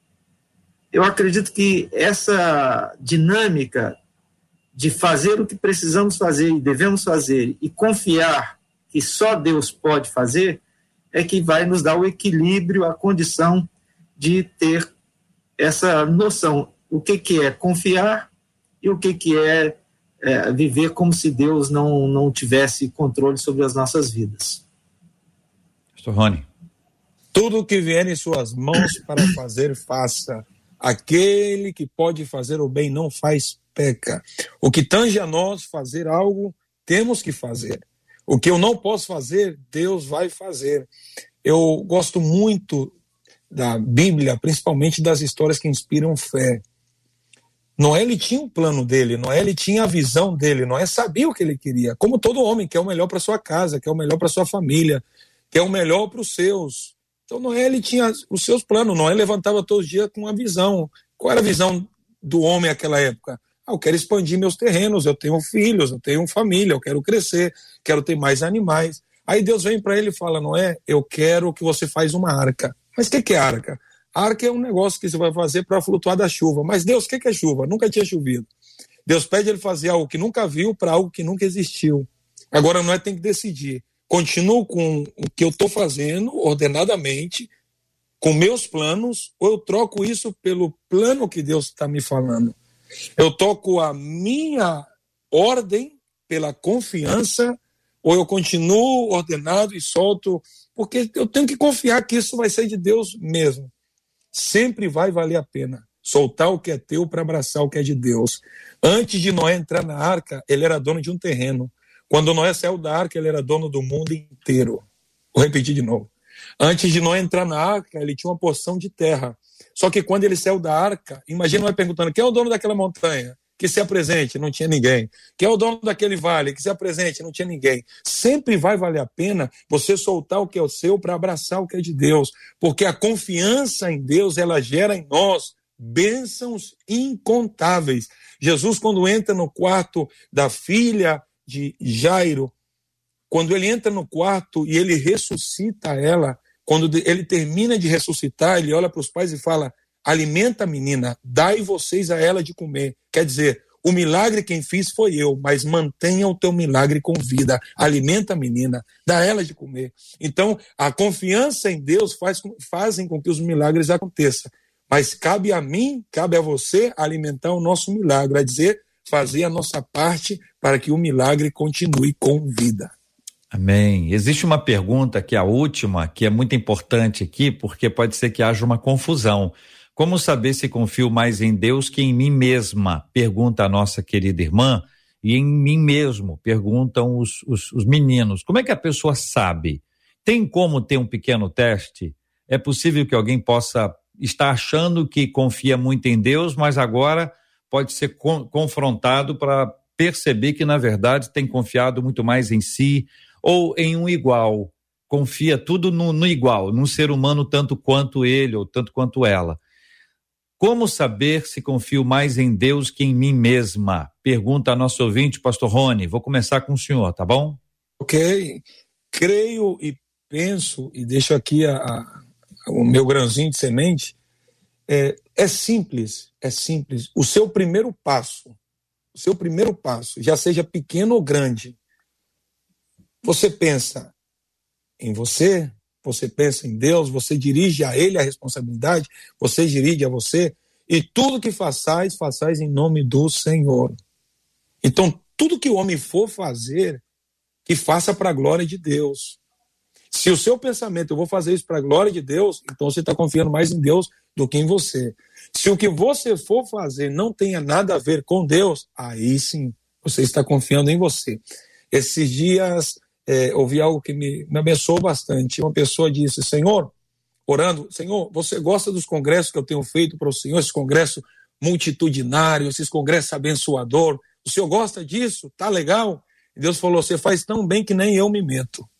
S5: Eu acredito que essa dinâmica de fazer o que precisamos fazer e devemos fazer e confiar que só Deus pode fazer é que vai nos dar o equilíbrio, a condição de ter essa noção, o que, que é confiar e o que, que é, é viver como se Deus não, não tivesse controle sobre as nossas vidas.
S2: Pastor Rony.
S6: Tudo que vier em suas mãos para fazer, faça. Aquele que pode fazer o bem não faz, peca. O que tange a nós fazer algo, temos que fazer. O que eu não posso fazer, Deus vai fazer. Eu gosto muito da Bíblia, principalmente das histórias que inspiram fé. Noé, ele tinha um plano dele, Noé, ele tinha a visão dele, Noé sabia o que ele queria, como todo homem quer o melhor para sua casa, quer o melhor para sua família, quer o melhor para os seus. Então Noé, ele tinha os seus planos, Noé levantava todos os dias com uma visão. Qual era a visão do homem naquela época? Ah, eu quero expandir meus terrenos, eu tenho filhos, eu tenho família, eu quero crescer, quero ter mais animais. Aí Deus vem para ele e fala, Noé, eu quero que você faça uma arca. Mas o que, que é arca? A arca é um negócio que você vai fazer para flutuar da chuva. Mas Deus, o que, que é chuva? Nunca tinha chovido. Deus pede ele fazer algo que nunca viu para algo que nunca existiu. Agora Noé tem que decidir. Continuo com o que eu estou fazendo ordenadamente, com meus planos, ou eu troco isso pelo plano que Deus está me falando? Eu toco a minha ordem pela confiança, ou eu continuo ordenado e solto, porque eu tenho que confiar que isso vai ser de Deus mesmo. Sempre vai valer a pena soltar o que é teu para abraçar o que é de Deus. Antes de Noé entrar na arca, ele era dono de um terreno. Quando Noé saiu da arca, ele era dono do mundo inteiro. Vou repetir de novo. Antes de Noé entrar na arca, ele tinha uma porção de terra. Só que quando ele saiu da arca, imagina Noé perguntando, quem é o dono daquela montanha? Que se apresente, não tinha ninguém. Quem é o dono daquele vale? Que se apresente, não tinha ninguém. Sempre vai valer a pena você soltar o que é o seu para abraçar o que é de Deus. Porque a confiança em Deus, ela gera em nós bênçãos incontáveis. Jesus, quando entra no quarto da filha de Jairo, quando ele entra no quarto e ele ressuscita ela, quando ele termina de ressuscitar, ele olha para os pais e fala, alimenta a menina, dai vocês a ela de comer. Quer dizer, o milagre quem fiz foi eu, mas mantenha o teu milagre com vida. Alimenta a menina, dá a ela de comer. Então, a confiança em Deus faz fazem com que os milagres aconteçam. Mas cabe a mim, cabe a você alimentar o nosso milagre, a dizer, fazer a nossa parte para que o milagre continue com vida.
S2: Amém. Existe uma pergunta que é a última, que é muito importante aqui, porque pode ser que haja uma confusão. Como saber se confio mais em Deus que em mim mesma? Pergunta a nossa querida irmã. E em mim mesmo, perguntam os, os, os meninos. Como é que a pessoa sabe? Tem como ter um pequeno teste? É possível que alguém possa estar achando que confia muito em Deus, mas agora pode ser con- confrontado para perceber que, na verdade, tem confiado muito mais em si ou em um igual. Confia tudo no, no igual, num ser humano tanto quanto ele ou tanto quanto ela. Como saber se confio mais em Deus que em mim mesma? Pergunta a nosso ouvinte, pastor Rony. Vou começar com o senhor, tá bom?
S6: Ok. Creio e penso, e deixo aqui a, a, o meu grãozinho de semente, é, é simples, é simples. O seu primeiro passo, o seu primeiro passo, já seja pequeno ou grande, você pensa em você, você pensa em Deus, você dirige a Ele a responsabilidade, você dirige a você, e tudo que façais, façais em nome do Senhor. Então, tudo que o homem for fazer, que faça para a glória de Deus. Se o seu pensamento, eu vou fazer isso para a glória de Deus, então você está confiando mais em Deus do que em você. Se o que você for fazer não tenha nada a ver com Deus, aí sim, você está confiando em você. Esses dias... É, ouvi algo que me, me abençoou bastante. Uma pessoa disse, Senhor, orando, Senhor, você gosta dos congressos que eu tenho feito para o Senhor, esse congresso multitudinário, esses congressos abençoador, o Senhor gosta disso? Tá legal? E Deus falou, você faz tão bem que nem eu me meto.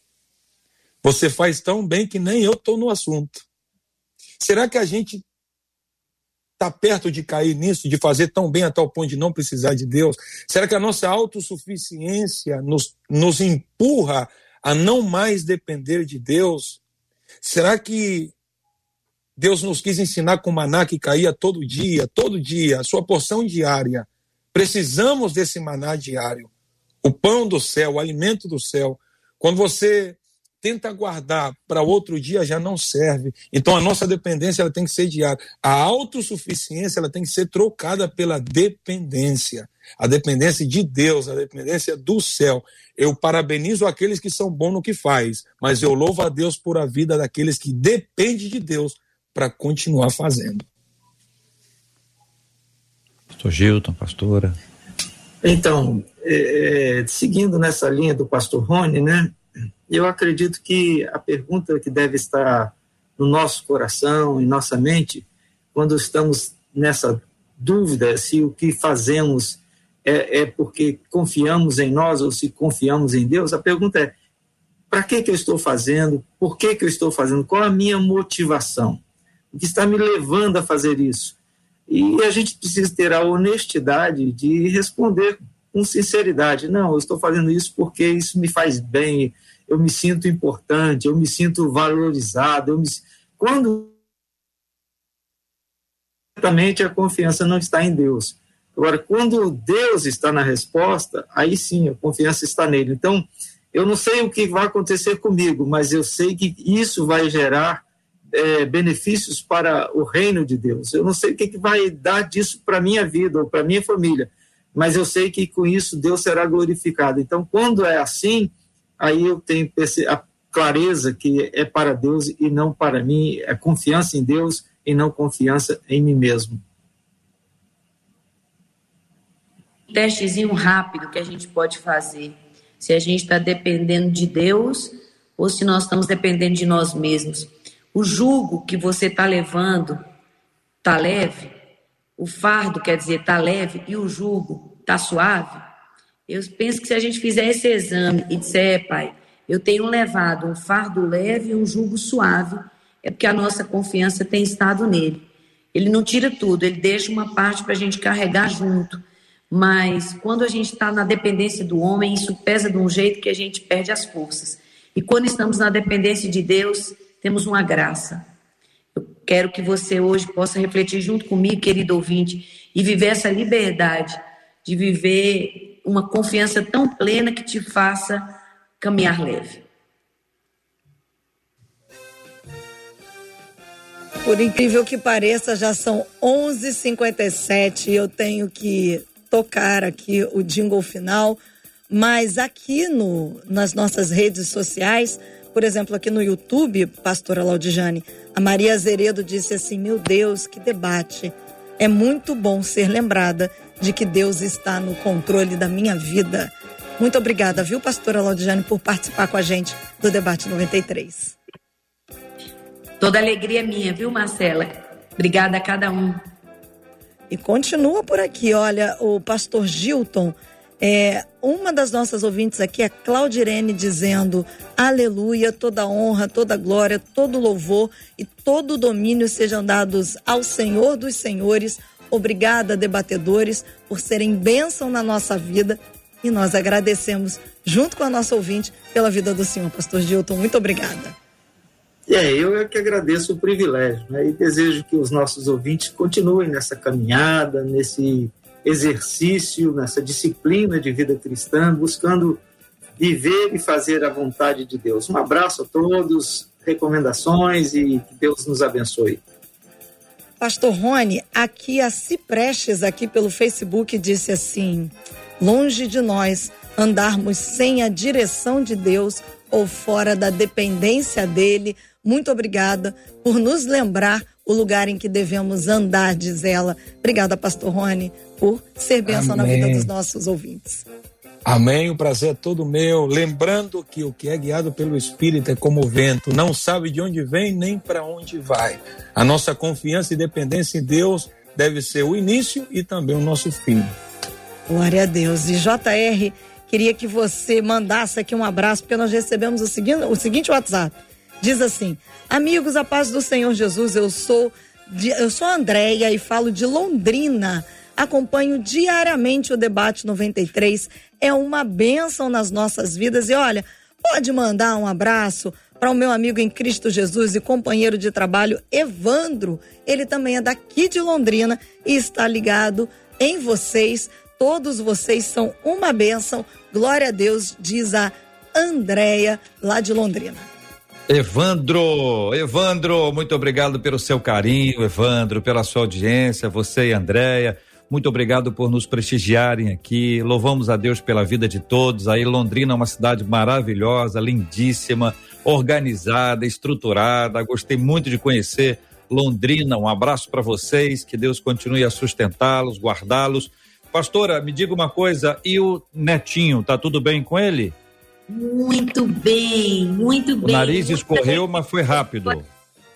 S6: Você faz tão bem que nem eu estou no assunto. Será que a gente está perto de cair nisso, de fazer tão bem a tal ponto de não precisar de Deus? Será que a nossa autossuficiência nos, nos empurra a não mais depender de Deus? Será que Deus nos quis ensinar com o maná que caía todo dia, todo dia, a sua porção diária? Precisamos desse maná diário, o pão do céu, o alimento do céu. Quando você tenta guardar para outro dia, já não serve. Então a nossa dependência ela tem que ser diária. A autossuficiência ela tem que ser trocada pela dependência. A dependência de Deus, a dependência do céu. Eu parabenizo aqueles que são bons no que faz, mas eu louvo a Deus por a vida daqueles que dependem de Deus para continuar fazendo.
S2: Pastor Gilton, pastora.
S5: Então, é, é, seguindo nessa linha do pastor Rony, né? Eu acredito que a pergunta que deve estar no nosso coração, em nossa mente, quando estamos nessa dúvida se o que fazemos é, é porque confiamos em nós ou se confiamos em Deus, a pergunta é, para que que eu estou fazendo? Por que que eu estou fazendo? Qual a minha motivação? O que está me levando a fazer isso? E a gente precisa ter a honestidade de responder com sinceridade. Não, eu estou fazendo isso porque isso me faz bem, eu me sinto importante, eu me sinto valorizado. Eu me... Quando certamente a confiança não está em Deus. Agora, quando Deus está na resposta, aí sim a confiança está nele. Então, eu não sei o que vai acontecer comigo, mas eu sei que isso vai gerar é, benefícios para o reino de Deus. Eu não sei o que, que vai dar disso para a minha vida ou para a minha família, mas eu sei que com isso Deus será glorificado. Então, quando é assim, aí eu tenho a clareza que é para Deus e não para mim, é confiança em Deus e não confiança em mim mesmo.
S4: Um testezinho rápido que a gente pode fazer, se a gente está dependendo de Deus ou se nós estamos dependendo de nós mesmos. O jugo que você está levando está leve? O fardo, quer dizer, está leve e o jugo está suave? Eu penso que se a gente fizer esse exame e disser, é, pai, eu tenho levado um fardo leve e um jugo suave, é porque a nossa confiança tem estado nele. Ele não tira tudo, ele deixa uma parte para a gente carregar junto. Mas quando a gente está na dependência do homem, isso pesa de um jeito que a gente perde as forças. E quando estamos na dependência de Deus, temos uma graça. Eu quero que você hoje possa refletir junto comigo, querido ouvinte, e viver essa liberdade de viver uma confiança tão plena que te faça caminhar leve.
S3: Por incrível que pareça, já são onze e cinquenta e sete e eu tenho que tocar aqui o jingle final, mas aqui no, nas nossas redes sociais, por exemplo, aqui no YouTube, pastora Laudijane, a Maria Azeredo disse assim: meu Deus, que debate. É muito bom ser lembrada de que Deus está no controle da minha vida. Muito obrigada, viu, pastora Laudijane, por participar com a gente do Debate noventa e três.
S4: Toda alegria é minha, viu, Marcela? Obrigada a cada um.
S3: E continua por aqui, olha, o pastor Gilton, é, uma das nossas ouvintes aqui é Claudirene dizendo: aleluia, toda honra, toda glória, todo louvor e todo domínio sejam dados ao Senhor dos Senhores. Obrigada, debatedores, por serem bênção na nossa vida, e nós agradecemos, junto com a nossa ouvinte, pela vida do senhor, pastor Gilton. Muito obrigada.
S5: É, eu é que agradeço o privilégio, né? E desejo que os nossos ouvintes continuem nessa caminhada, nesse exercício, nessa disciplina de vida cristã, buscando viver e fazer a vontade de Deus. Um abraço a todos, recomendações e que Deus nos abençoe.
S3: Pastor Rony, aqui a Ciprestes, aqui pelo Facebook, disse assim: longe de nós andarmos sem a direção de Deus ou fora da dependência dele. Muito obrigada por nos lembrar o lugar em que devemos andar, diz ela. Obrigada, pastor Rony, por ser bênção na vida dos nossos ouvintes.
S6: Amém, o prazer é todo meu. Lembrando que o que é guiado pelo Espírito é como o vento, não sabe de onde vem nem para onde vai. A nossa confiança e dependência em Deus deve ser o início e também o nosso fim.
S3: Glória a Deus. E J R, queria que você mandasse aqui um abraço, porque nós recebemos o seguinte, o seguinte WhatsApp. Diz assim: amigos, a paz do Senhor Jesus, eu sou, de, eu sou a Andréia e falo de Londrina. Acompanho diariamente o Debate noventa e três. É uma bênção nas nossas vidas. E olha, pode mandar um abraço para o meu amigo em Cristo Jesus e companheiro de trabalho, Evandro. Ele também é daqui de Londrina e está ligado em vocês. Todos vocês são uma bênção. Glória a Deus, diz a Andréia, lá de Londrina.
S2: Evandro, Evandro, muito obrigado pelo seu carinho, Evandro, pela sua audiência, você e Andréia, muito obrigado por nos prestigiarem aqui, louvamos a Deus pela vida de todos. Aí Londrina é uma cidade maravilhosa, lindíssima, organizada, estruturada, gostei muito de conhecer Londrina. Um abraço para vocês, que Deus continue a sustentá-los, guardá-los. Pastora, me diga uma coisa, e o netinho, tá tudo bem com ele?
S4: Muito bem, muito bem.
S2: O nariz escorreu, mas foi rápido.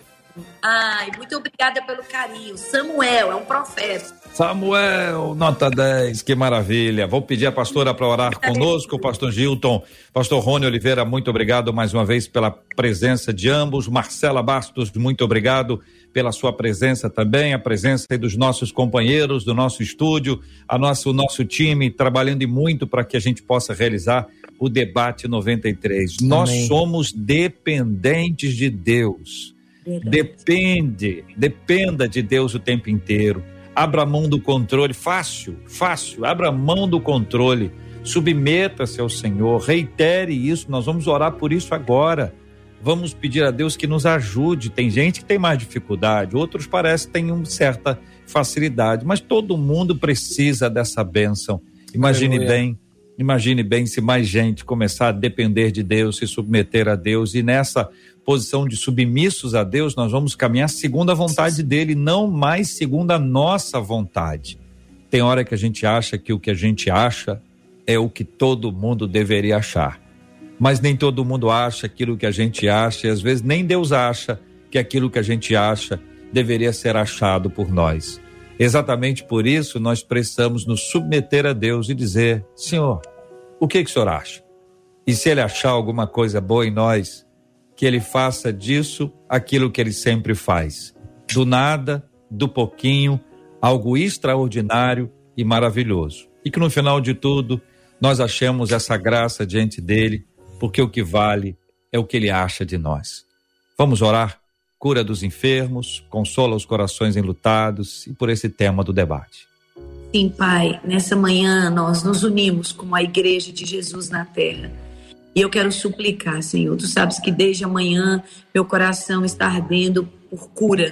S4: Ai, muito obrigada pelo carinho. Samuel, é um profeta.
S2: Samuel, nota dez, que maravilha. Vou pedir a pastora para orar conosco, o pastor Gilton. Pastor Rony Oliveira, muito obrigado mais uma vez pela presença de ambos. Marcela Bastos, muito obrigado pela sua presença também, a presença dos nossos companheiros do nosso estúdio, a nosso, o nosso time trabalhando e muito para que a gente possa realizar o Debate noventa e três. Amém. Nós somos dependentes de Deus. Verdade. Depende, dependa de Deus o tempo inteiro. Abra mão do controle, fácil, fácil, abra mão do controle, submeta-se ao Senhor, reitere isso, nós vamos orar por isso agora. Vamos pedir a Deus que nos ajude. Tem gente que tem mais dificuldade, outros parece que tem uma certa facilidade, mas todo mundo precisa dessa bênção. Imagine Aleluia. bem, imagine bem se mais gente começar a depender de Deus, se submeter a Deus, e nessa posição de submissos a Deus, nós vamos caminhar segundo a vontade dele, não mais segundo a nossa vontade. Tem hora que a gente acha que o que a gente acha é o que todo mundo deveria achar, mas nem todo mundo acha aquilo que a gente acha, e às vezes nem Deus acha que aquilo que a gente acha deveria ser achado por nós. Exatamente por isso nós precisamos nos submeter a Deus e dizer: Senhor, o que que o Senhor acha? E se ele achar alguma coisa boa em nós, que ele faça disso aquilo que ele sempre faz, do nada, do pouquinho, algo extraordinário e maravilhoso. E que no final de tudo, nós achemos essa graça diante dele, porque o que vale é o que ele acha de nós. Vamos orar? Cura dos enfermos, consola os corações enlutados, e por esse tema do debate.
S4: Sim, Pai, nessa manhã nós nos unimos como a Igreja de Jesus na Terra. E eu quero suplicar, Senhor, tu sabes que desde amanhã meu coração está ardendo por cura.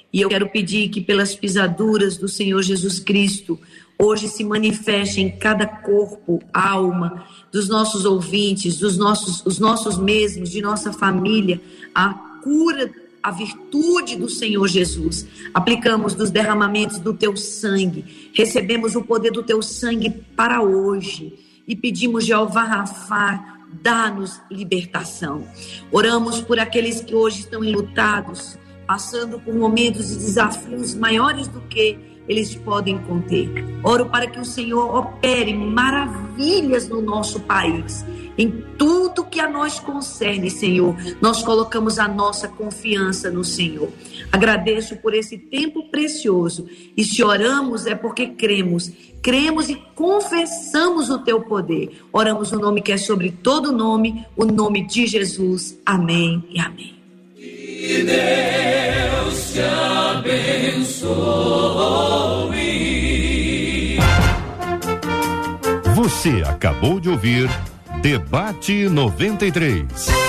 S4: E eu quero pedir que pelas pisaduras do Senhor Jesus Cristo, hoje se manifeste em cada corpo, alma, dos nossos ouvintes, dos nossos, os nossos mesmos, de nossa família, a cura, a virtude do Senhor Jesus. Aplicamos dos derramamentos do teu sangue, recebemos o poder do teu sangue para hoje e pedimos, Jeová Rafá, dá-nos libertação. Oramos por aqueles que hoje estão enlutados, passando por momentos de desafios maiores do que eles podem conter. Oro para que o Senhor opere maravilhas no nosso país. Em tudo que a nós concerne, Senhor, nós colocamos a nossa confiança no Senhor. Agradeço por esse tempo precioso. E se oramos é porque cremos. Cremos e confessamos o teu poder. Oramos no nome que é sobre todo nome, o nome de Jesus. Amém e amém.
S7: Que Deus te abençoe.
S1: Você acabou de ouvir Debate noventa e três.